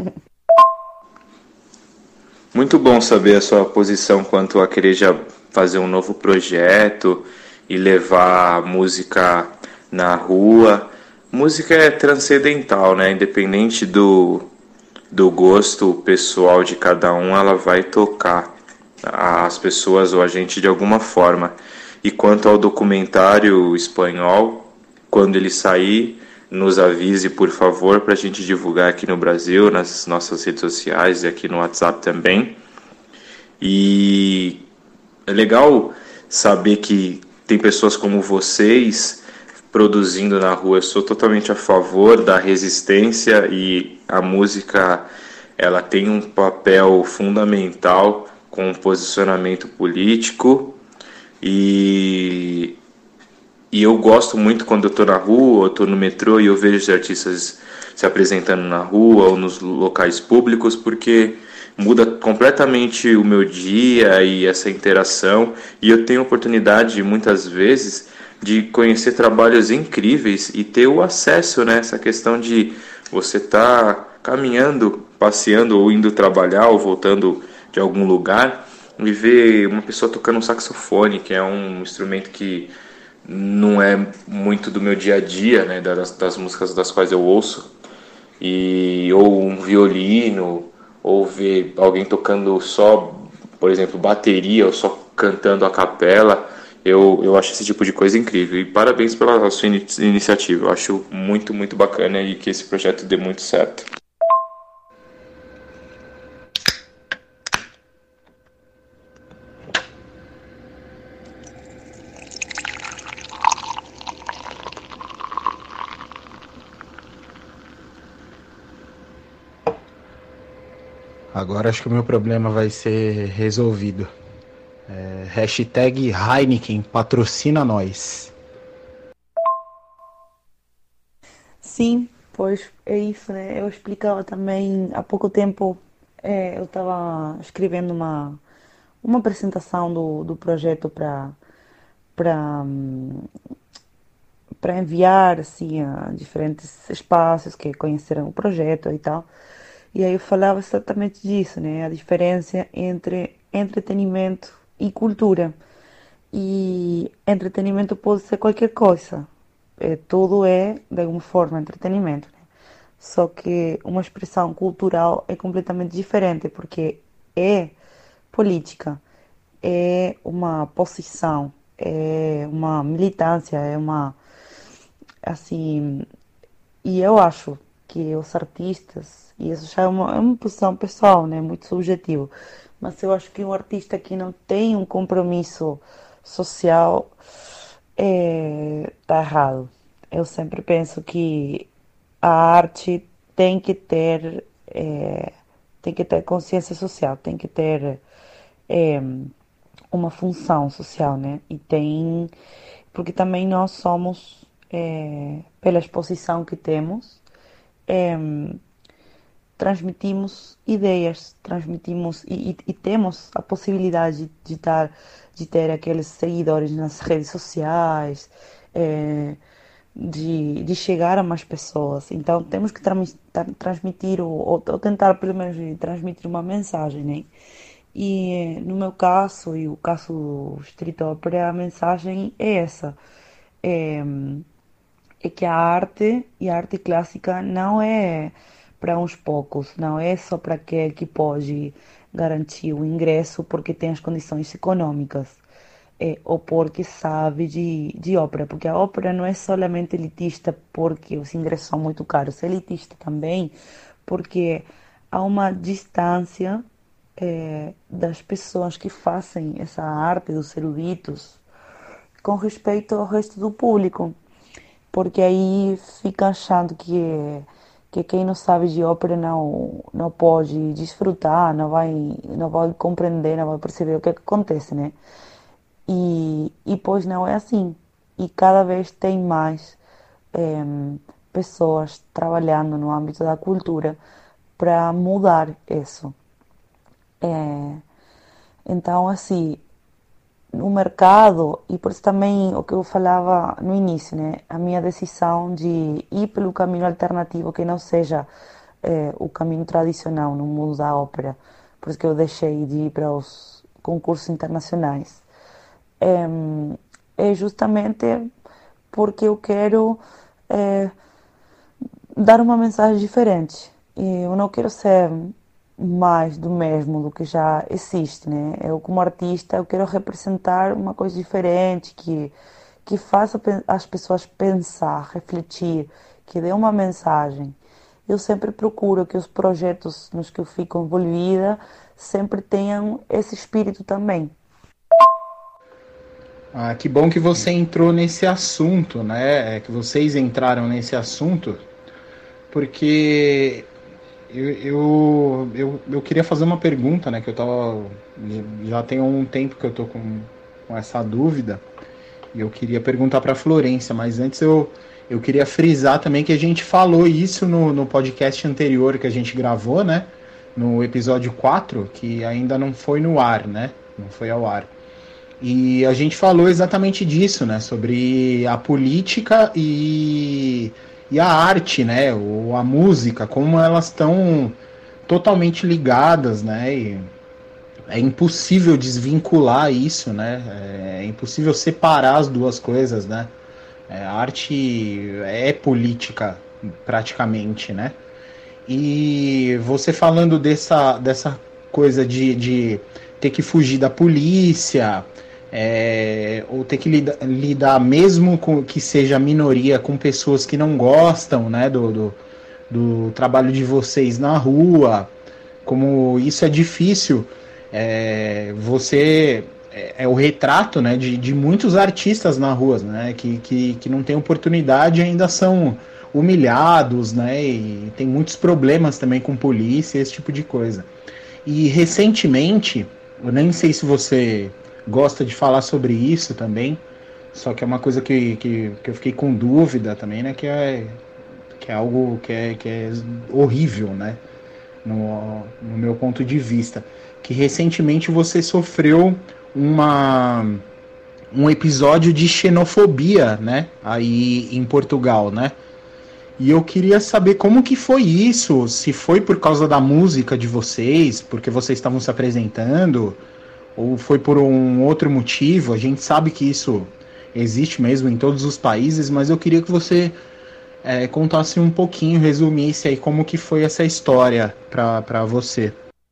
Muito bom saber a sua posição quanto a querer já fazer um novo projeto e levar a música na rua. Música é transcendental, né? Independente do, do gosto pessoal de cada um, ela vai tocar as pessoas ou a gente de alguma forma. E quanto ao documentário espanhol, quando ele sair, nos avise, por favor, para a gente divulgar aqui no Brasil, nas nossas redes sociais e aqui no WhatsApp também. E é legal saber que tem pessoas como vocês produzindo na rua. Eu sou totalmente a favor da resistência e a música, ela tem um papel fundamental com o posicionamento político e E eu gosto muito quando eu estou na rua, eu estou no metrô e eu vejo os artistas se apresentando na rua ou nos locais públicos, porque muda completamente o meu dia e essa interação. E eu tenho oportunidade, muitas vezes, de conhecer trabalhos incríveis e ter o acesso, né? Essa questão de você estar tá caminhando, passeando ou indo trabalhar ou voltando de algum lugar e ver uma pessoa tocando um saxofone, que é um instrumento que não é muito do meu dia a dia, né, das, das músicas das quais eu ouço, e ou um violino, ou ver alguém tocando só, por exemplo, bateria, ou só cantando a capela. Eu, eu acho esse tipo de coisa incrível. E parabéns pela sua in- iniciativa. Eu acho muito, muito bacana e que esse projeto dê muito certo. Agora acho que o meu problema vai ser resolvido. É, hashtag Heineken patrocina nós. Sim, pois é isso, né? Eu explicava também há pouco tempo, eh, eu estava escrevendo uma, uma apresentação do, do projeto para para para enviar assim a diferentes espaços que conheceram o projeto e tal. E aí eu falava exatamente disso, né? A diferença entre entretenimento e cultura. E entretenimento pode ser qualquer coisa. É, tudo é, de alguma forma, entretenimento, né? Só que uma expressão cultural é completamente diferente, porque é política, é uma posição, é uma militância, é uma, assim, e eu acho que os artistas, e isso já é uma, é uma posição pessoal, né, muito subjetivo, mas eu acho que um artista que não tem um compromisso social é, tá errado. Eu sempre penso que a arte tem que ter é, tem que ter consciência social, tem que ter é, uma função social, né? E tem porque também nós somos é, pela exposição que temos é, transmitimos ideias, transmitimos e, e, e temos a possibilidade de, dar, de ter aqueles seguidores nas redes sociais, é, de, de chegar a mais pessoas. Então temos que trans, transmitir ou, ou, ou tentar pelo menos transmitir uma mensagem, né? E no meu caso e o caso do Street Opera, a mensagem é essa. É, é que a arte e a arte clássica não é para uns poucos, não é só para aquele que pode garantir o ingresso porque tem as condições econômicas, é, ou porque sabe de, de ópera, porque a ópera não é solamente elitista porque os ingressos são muito caros, é elitista também porque há uma distância é, das pessoas que fazem essa arte, dos eruditos, com respeito ao resto do público porque aí fica achando que, que quem não sabe de ópera não não pode desfrutar, não vai não vai compreender, não vai perceber o que, é que acontece, né? E, e pois não é assim. E cada vez tem mais em, pessoas trabalhando no âmbito da cultura para mudar isso. É, então, assim, no mercado, e por isso também o que eu falava no início, né? A minha decisão de ir pelo caminho alternativo que não seja eh, o caminho tradicional no mundo da ópera, por isso que eu deixei de ir para os concursos internacionais, é, é justamente porque eu quero eh, dar uma mensagem diferente. E eu não quero ser mais do mesmo do que já existe, né? Eu como artista eu quero representar uma coisa diferente que que faça as pessoas pensar, refletir, que dê uma mensagem. Eu sempre procuro que os projetos nos que eu fico envolvida sempre tenham esse espírito também. Ah, que bom que você entrou nesse assunto, né? É que vocês entraram nesse assunto, porque eu, eu, eu, eu queria fazer uma pergunta, né? Que eu tava. Já tem um tempo que eu tô com, com essa dúvida, e eu queria perguntar para a Florência, mas antes eu, eu queria frisar também que a gente falou isso no, no podcast anterior que a gente gravou, né? No episódio quatro, que ainda não foi no ar, né? Não foi ao ar. E a gente falou exatamente disso, né? Sobre a política e, e a arte, né? Ou a música, como elas estão totalmente ligadas, né? E é impossível desvincular isso, né? É impossível separar as duas coisas, né? É, a arte é política, praticamente, né? E você falando dessa, dessa coisa de, de ter que fugir da polícia, é, ou ter que lidar, lidar mesmo com que seja minoria, com pessoas que não gostam, né, do, do, do trabalho de vocês na rua, como isso é difícil, é, você é, é o retrato, né, de, de muitos artistas na rua, né, que, que, que não têm oportunidade e ainda são humilhados, né, e tem muitos problemas também com polícia, esse tipo de coisa. E recentemente, eu nem sei se você gosta de falar sobre isso também, só que é uma coisa que, que, que eu fiquei com dúvida também, né, que é, que é algo que é, que é horrível, né, no, no meu ponto de vista, que recentemente você sofreu uma, um episódio de xenofobia, né, aí em Portugal, né, e eu queria saber como que foi isso, se foi por causa da música de vocês, porque vocês estavam se apresentando, ou foi por um outro motivo. A gente sabe que isso existe mesmo em todos os países, mas eu queria que você é, contasse um pouquinho, resumisse aí como que foi essa história para você.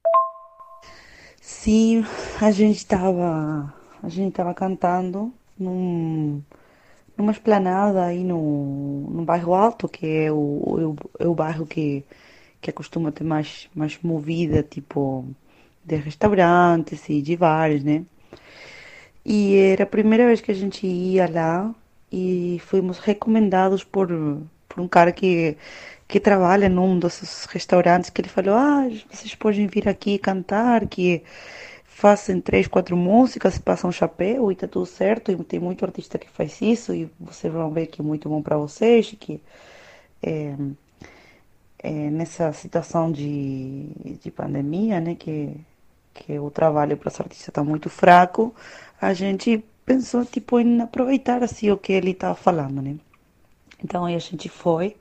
Sim, a gente estava a gente estava cantando num, numa esplanada aí no, no bairro Alto, que é o, é o bairro que, que costuma ter mais, mais movida, tipo, de restaurantes e de bares, né? E era a primeira vez que a gente ia lá e fomos recomendados por, por um cara que, que trabalha num desses restaurantes, que ele falou, ah, vocês podem vir aqui cantar, que fazem três, quatro músicas, passam um chapéu e tá tudo certo, e tem muito artista que faz isso, e vocês vão ver que é muito bom para vocês, que é, é, nessa situação de, de pandemia, né, que, que o trabalho para os artistas está muito fraco, a gente pensou, tipo, em aproveitar, assim, o que ele estava falando, né. Então, aí a gente foi,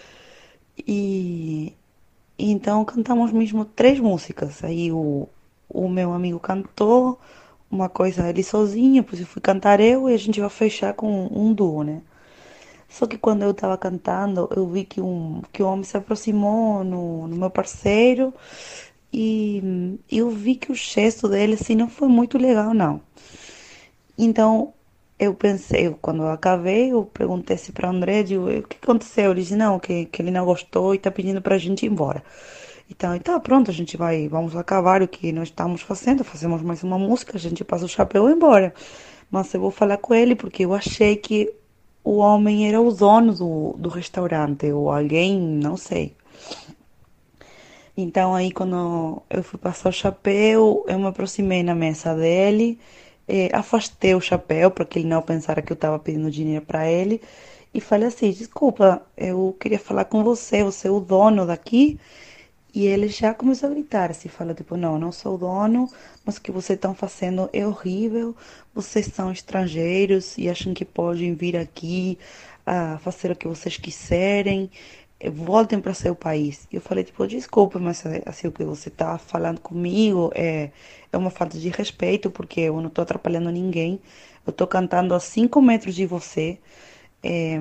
e, e então cantamos mesmo três músicas, aí o, o meu amigo cantou uma coisa ele sozinho, depois eu fui cantar eu e a gente vai fechar com um duo, né? Só que quando eu estava cantando, eu vi que um, que um homem se aproximou no, no meu parceiro e eu vi que o gesto dele, assim, não foi muito legal, não. Então, eu pensei, quando eu acabei, eu perguntei assim para André, digo, o que aconteceu? Ele disse, não, que, que ele não gostou e tá pedindo pra gente ir embora. Então, então, pronto, a gente vai, vamos acabar o que nós estamos fazendo, fazemos mais uma música, a gente passa o chapéu e vai embora. Mas eu vou falar com ele porque eu achei que o homem era o dono do, do restaurante, ou alguém, não sei. Então aí quando eu fui passar o chapéu, eu me aproximei na mesa dele, eh, afastei o chapéu para que ele não pensara que eu estava pedindo dinheiro para ele e falei assim, desculpa, eu queria falar com você, você é o dono daqui? E ele já começou a gritar, assim, fala tipo, não, não sou o dono, mas o que vocês estão fazendo é horrível, vocês são estrangeiros e acham que podem vir aqui a fazer o que vocês quiserem, eh, voltem para seu país. E eu falei, tipo, desculpa, mas eh, assim, o que você está falando comigo é, é uma falta de respeito, porque eu não estou atrapalhando ninguém, eu estou cantando a cinco metros de você, eh,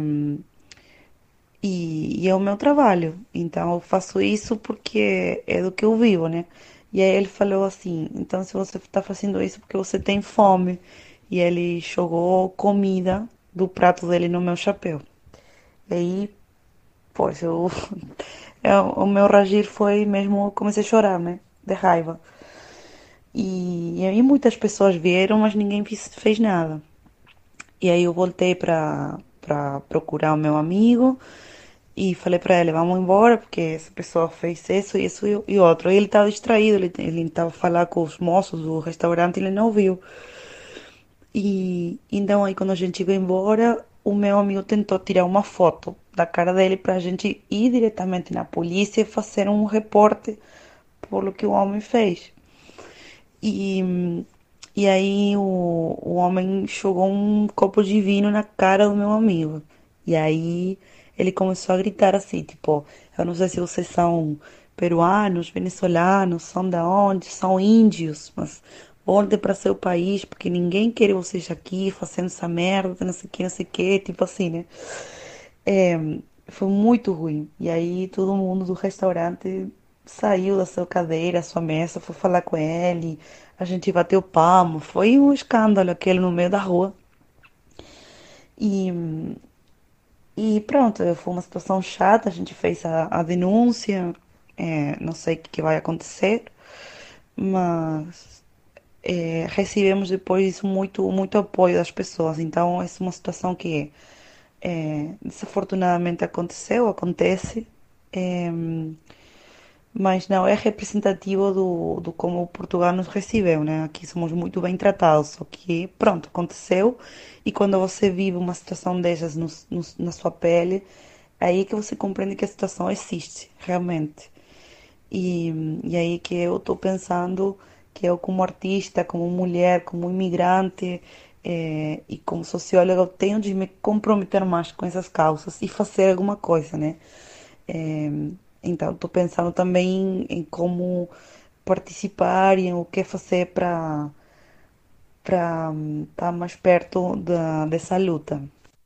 e, e é o meu trabalho. Então eu faço isso porque é do que eu vivo, né? E aí ele falou assim: então se você está fazendo isso porque você tem fome. E ele jogou comida do prato dele no meu chapéu. E aí, pois, eu, eu- o meu reagir foi mesmo, eu comecei a chorar, né? De raiva. E, e aí muitas pessoas vieram, mas ninguém fez, fez nada. E aí eu voltei para para procurar o meu amigo e falei para ele, vamos embora, porque essa pessoa fez isso, isso e e outro. E ele estava distraído, ele ele estava falando com os moços do restaurante e ele não viu. E então aí quando a gente veio embora, o meu amigo tentou tirar uma foto da cara dele para a gente ir diretamente na polícia e fazer um reporte por o que o homem fez. E, e aí o, o homem jogou um copo de vinho na cara do meu amigo. E aí ele começou a gritar assim, tipo, eu não sei se vocês são peruanos, venezuelanos, são da onde, são índios, mas voltem para seu país, porque ninguém quer vocês aqui fazendo essa merda, não sei o que, não sei o que, tipo assim, né? É, foi muito ruim. E aí todo mundo do restaurante saiu da sua cadeira, sua mesa, foi falar com ele. A gente bateu palmo. Foi um escândalo aquele no meio da rua. E, e pronto, foi uma situação chata. A gente fez a, a denúncia. É, não sei o que que vai acontecer, mas é, recebemos depois disso muito, muito apoio das pessoas. Então, essa é uma situação que é, desafortunadamente aconteceu, acontece. É, mas não é representativo do, do como Portugal nos recebeu, né? Aqui somos muito bem tratados, só que pronto, aconteceu, e quando você vive uma situação dessas no, no, na sua pele, é aí que você compreende que a situação existe, realmente. E, e aí que eu estou pensando que eu como artista, como mulher, como imigrante eh, e como socióloga, eu tenho de me comprometer mais com essas causas e fazer alguma coisa, né? Eh, então, estou pensando também em como participar e em o que fazer para para estar mais perto da, dessa luta.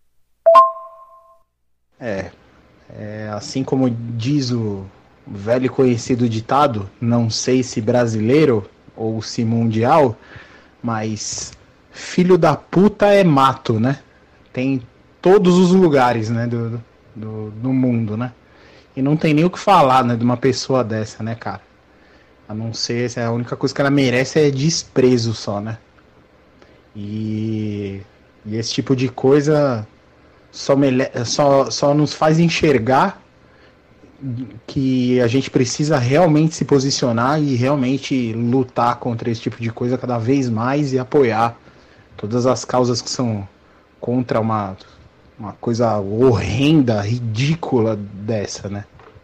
É, é assim como diz o velho e conhecido ditado, não sei se brasileiro ou se mundial, mas filho da puta é mato, né? Tem em todos os lugares, né, do, do, do mundo, né? E não tem nem o que falar, né, de uma pessoa dessa, né, cara? A não ser, a única coisa que ela merece é desprezo só, né? E, e esse tipo de coisa só, mele- só, só nos faz enxergar que a gente precisa realmente se posicionar e realmente lutar contra esse tipo de coisa cada vez mais e apoiar todas as causas que são contra uma, uma coisa horrenda, ridícula dessa, né?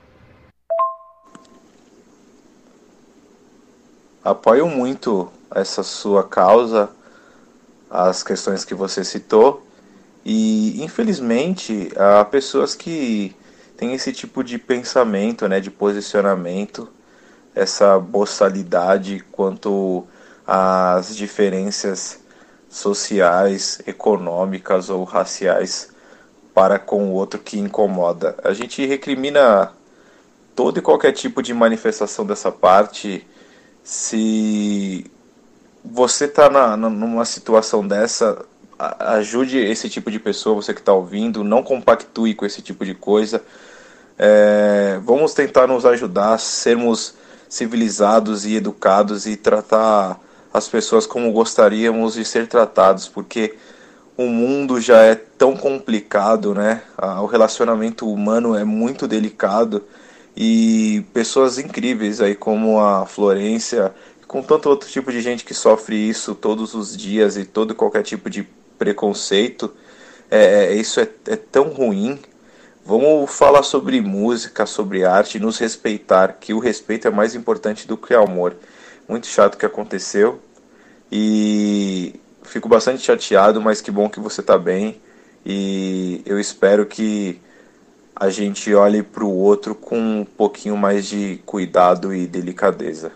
Apoio muito essa sua causa, as questões que você citou, e infelizmente há pessoas que têm esse tipo de pensamento, né, de posicionamento, essa boçalidade quanto às diferenças sociais, econômicas ou raciais para com o outro que incomoda. A gente recrimina todo e qualquer tipo de manifestação dessa parte. Se você está na, na, numa situação dessa, ajude esse tipo de pessoa, você que está ouvindo, não compactue com esse tipo de coisa. É, vamos tentar nos ajudar, sermos civilizados e educados e tratar as pessoas como gostaríamos de ser tratados, porque o mundo já é tão complicado, né? O relacionamento humano é muito delicado e pessoas incríveis aí como a Florência, com tanto outro tipo de gente que sofre isso todos os dias e todo qualquer tipo de preconceito. É, isso é, é tão ruim. Vamos falar sobre música, sobre arte, nos respeitar, que o respeito é mais importante do que o amor. Muito chato o que aconteceu e fico bastante chateado, mas que bom que você está bem e eu espero que a gente olhe para o outro com um pouquinho mais de cuidado e delicadeza.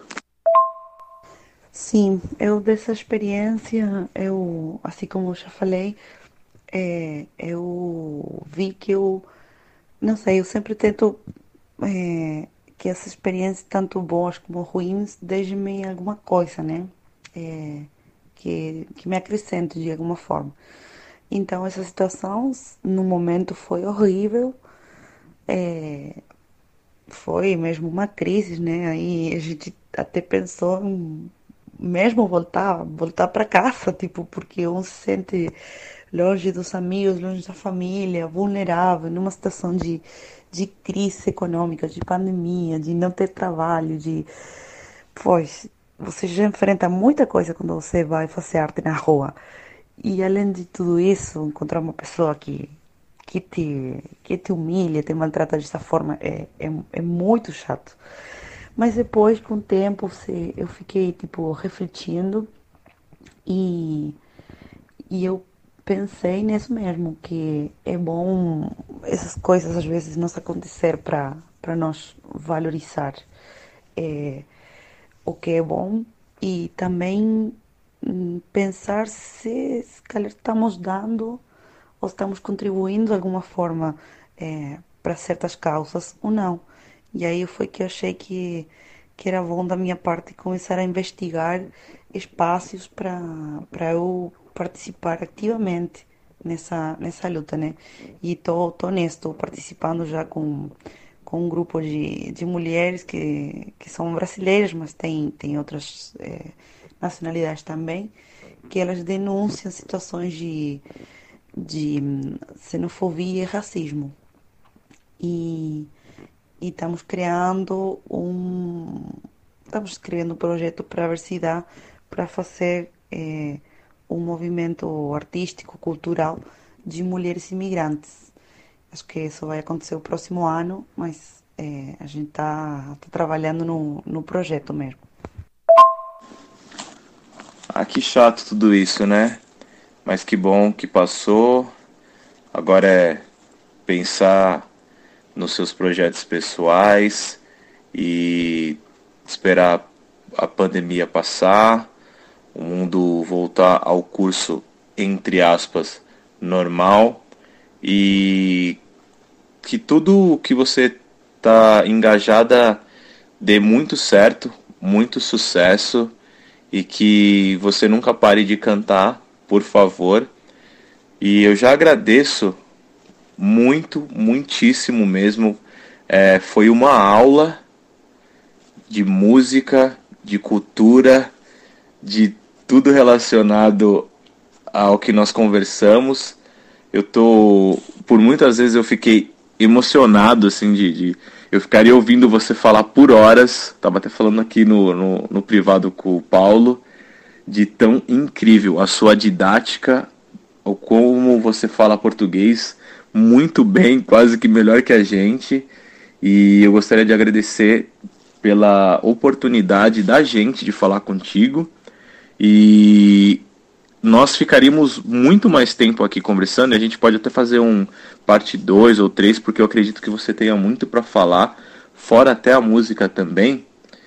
Sim, eu dessa experiência, eu, assim como eu já falei, é, eu vi que eu, não sei, eu sempre tento é, que essas experiências, tanto boas como ruins, deixem-me alguma coisa, né? É, que, que me acrescente de alguma forma. Então, essa situação, no momento, foi horrível. É, foi mesmo uma crise, né? Aí a gente até pensou em mesmo voltar, voltar para casa, tipo, porque um se sente longe dos amigos, longe da família, vulnerável, numa situação de, de crise econômica, de pandemia, de não ter trabalho, de... Pois, você já enfrenta muita coisa quando você vai fazer arte na rua. E além de tudo isso, encontrar uma pessoa que, que, te, que te humilha, te maltrata dessa forma, é, é, é muito chato. Mas depois, com o tempo, você, eu fiquei, tipo, refletindo e, e eu pensei nisso mesmo, que é bom essas coisas às vezes não acontecer para para nós valorizar é, o que é bom e também hum, pensar se, se calhar estamos dando ou estamos contribuindo de alguma forma é, para certas causas ou não. E aí foi que eu achei que, que era bom da minha parte começar a investigar espaços para para eu participar ativamente nessa, nessa luta, né? E tô, tô nisso, tô participando já com, com um grupo de, de mulheres que, que são brasileiras, mas tem, tem outras é, nacionalidades também, que elas denunciam situações de, de hum, xenofobia e racismo. E, e estamos criando um estamos criando um projeto para ver se dá para fazer é, um movimento artístico, cultural de mulheres imigrantes. Acho que isso vai acontecer o próximo ano, mas é, a gente está tá trabalhando no, no projeto mesmo. Ah, que chato tudo isso, né? Mas que bom que passou. Agora é pensar nos seus projetos pessoais e esperar a pandemia passar, o mundo voltar ao curso, entre aspas, normal e que tudo que você está engajada dê muito certo, muito sucesso e que você nunca pare de cantar, por favor. E eu já agradeço muito, muitíssimo mesmo. É, foi uma aula de música, de cultura, de tudo relacionado ao que nós conversamos. Eu tô, por muitas vezes eu fiquei emocionado, assim, de, de eu ficaria ouvindo você falar por horas. Tava até falando aqui no, no, no privado com o Paulo, de tão incrível a sua didática, ou como você fala português muito bem, quase que melhor que a gente. E eu gostaria de agradecer pela oportunidade da gente de falar contigo. E nós ficaríamos muito mais tempo aqui conversando, e a gente pode até fazer um parte dois ou três, porque eu acredito que você tenha muito para falar, fora até a música também.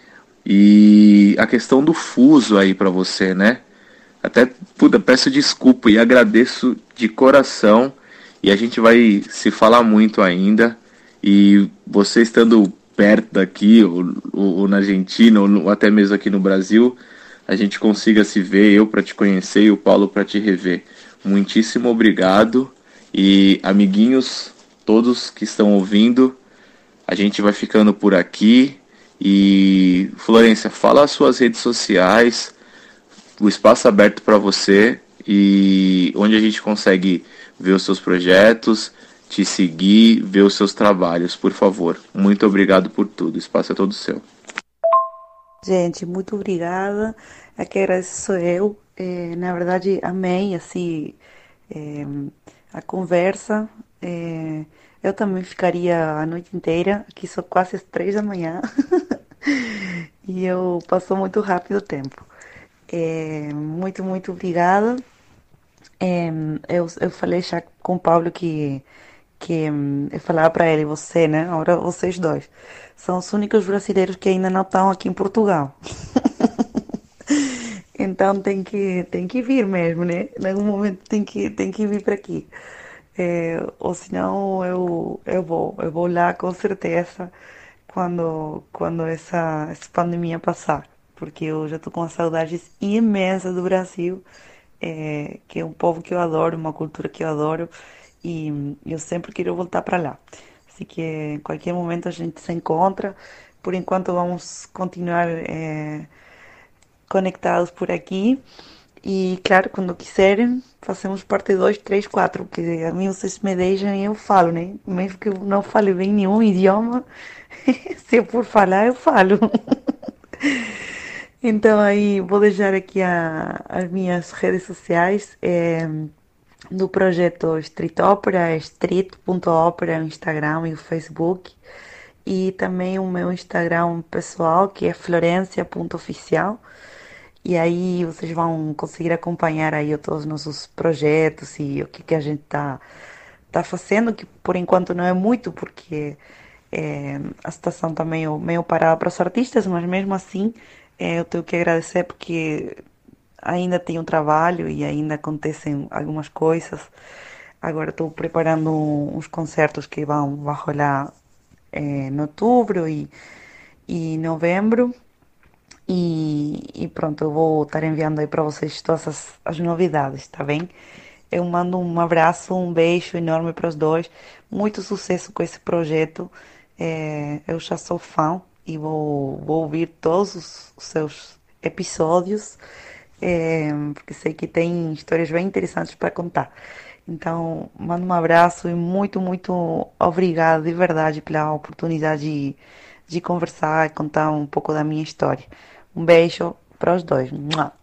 E a questão do fuso aí para você, né? Até, puta, peço desculpa e agradeço de coração. E a gente vai se falar muito ainda. E você estando perto daqui, ou, ou, ou na Argentina, ou, ou até mesmo aqui no Brasil, a gente consiga se ver, eu para te conhecer e o Paulo para te rever. Muitíssimo obrigado. E amiguinhos, todos que estão ouvindo, a gente vai ficando por aqui. E Florência, fala as suas redes sociais, o espaço aberto para você e onde a gente consegue ver os seus projetos, te seguir, ver os seus trabalhos, por favor. Muito obrigado por tudo, o espaço é todo seu. Gente, muito obrigada. A que agradeço sou eu. É, na verdade, amei assim, é, a conversa. É, eu também ficaria a noite inteira, aqui são quase as três da manhã. E eu passou muito rápido o tempo. É, muito, muito obrigada. É, eu, eu falei já com o Paulo que, que hum, eu falava para ele, você, né? Agora vocês dois são os únicos brasileiros que ainda não estão aqui em Portugal. Então tem que, tem que vir mesmo, né? Em algum momento tem que, tem que vir para aqui. É, ou senão eu, eu vou, eu vou lá com certeza quando, quando essa, essa pandemia passar. Porque eu já estou com saudades imensas do Brasil, é, que é um povo que eu adoro, uma cultura que eu adoro, e eu sempre quero voltar para lá. Assim que em qualquer momento a gente se encontra. Por enquanto vamos continuar é, conectados por aqui. E claro, quando quiserem, fazemos parte dois, três, quatro, porque a mim vocês me deixam e eu falo, né? Mesmo que eu não fale bem nenhum idioma, se eu for falar, eu falo. Então aí vou deixar aqui a, as minhas redes sociais é, do projeto Street Opera, é street ponto opera, o Instagram e o Facebook. E também o meu Instagram pessoal, que é florencia ponto oficial. E aí vocês vão conseguir acompanhar aí todos os nossos projetos e o que, que a gente tá, tá fazendo, que por enquanto não é muito, porque é, a situação está meio, meio parada para os artistas, mas mesmo assim é, eu tenho que agradecer porque ainda tenho trabalho e ainda acontecem algumas coisas. Agora estou preparando uns concertos que vão, vão rolar é, em outubro e, e novembro. E, e pronto, eu vou estar enviando aí para vocês todas as, as novidades, tá bem? Eu mando um abraço, um beijo enorme para os dois. Muito sucesso com esse projeto. É, eu já sou fã e vou, vou ouvir todos os, os seus episódios, é, porque sei que tem histórias bem interessantes para contar. Então, mando um abraço e muito, muito obrigado de verdade pela oportunidade de, de conversar e contar um pouco da minha história. Um beijo para os dois.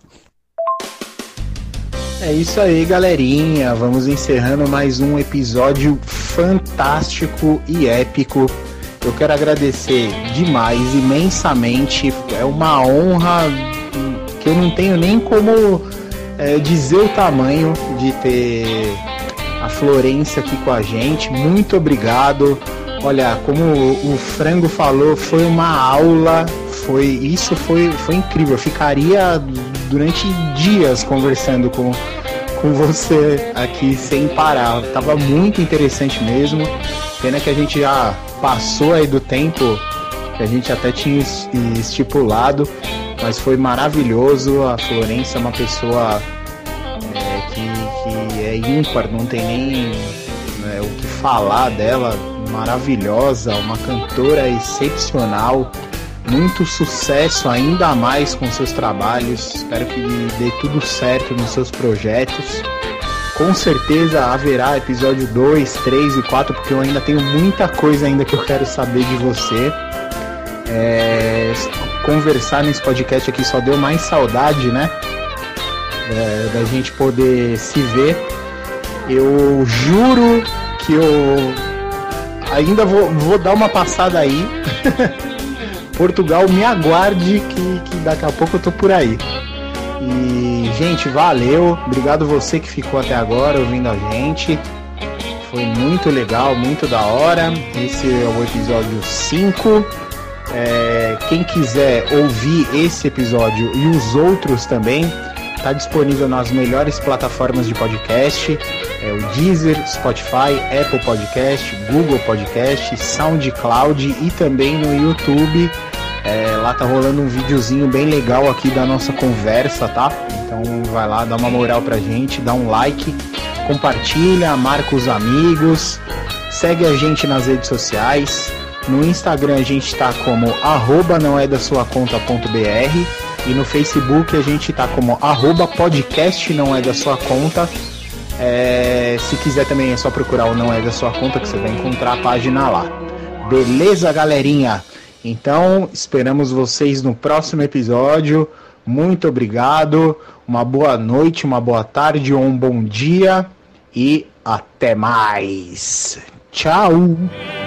É isso aí, galerinha. Vamos encerrando mais um episódio fantástico e épico. Eu quero agradecer demais, imensamente. É uma honra que eu não tenho nem como é, dizer o tamanho de ter a Florência aqui com a gente. Muito obrigado. Olha, como o Frango falou, foi uma aula. Foi, isso foi, foi incrível. Eu ficaria durante dias conversando com, com você aqui sem parar. Tava muito interessante mesmo. Pena que a gente já passou aí do tempo que a gente até tinha estipulado, mas foi maravilhoso. A Florência é uma pessoa é, que, que é ímpar, não tem nem né, o que falar dela. Maravilhosa, uma cantora excepcional. Muito sucesso ainda mais com seus trabalhos. Espero que dê tudo certo nos seus projetos. Com certeza haverá episódio dois, três e quatro, porque eu ainda tenho muita coisa ainda que eu quero saber de você. É, conversar nesse podcast aqui só deu mais saudade, né? É, da gente poder se ver. Eu juro que eu ainda vou, vou dar uma passada aí. Portugal, me aguarde que, que daqui a pouco eu tô por aí. E, gente, valeu. Obrigado você que ficou até agora ouvindo a gente. Foi muito legal, muito da hora. Esse é o episódio cinco. É, quem quiser ouvir esse episódio e os outros também, tá disponível nas melhores plataformas de podcast. É o Deezer, Spotify, Apple Podcast, Google Podcast, SoundCloud e também no YouTube. É, lá tá rolando um videozinho bem legal aqui da nossa conversa, tá? Então vai lá, dá uma moral pra gente, dá um like, compartilha, marca os amigos, segue a gente nas redes sociais. No Instagram a gente tá como arroba não é da sua conta ponto br e no Facebook a gente tá como arroba podcast não é da sua conta. É, se quiser também é só procurar o Não É Da Sua Conta que você vai encontrar a página lá. Beleza, galerinha? Então, esperamos vocês no próximo episódio. Muito obrigado. Uma boa noite, uma boa tarde ou um bom dia. E até mais. Tchau.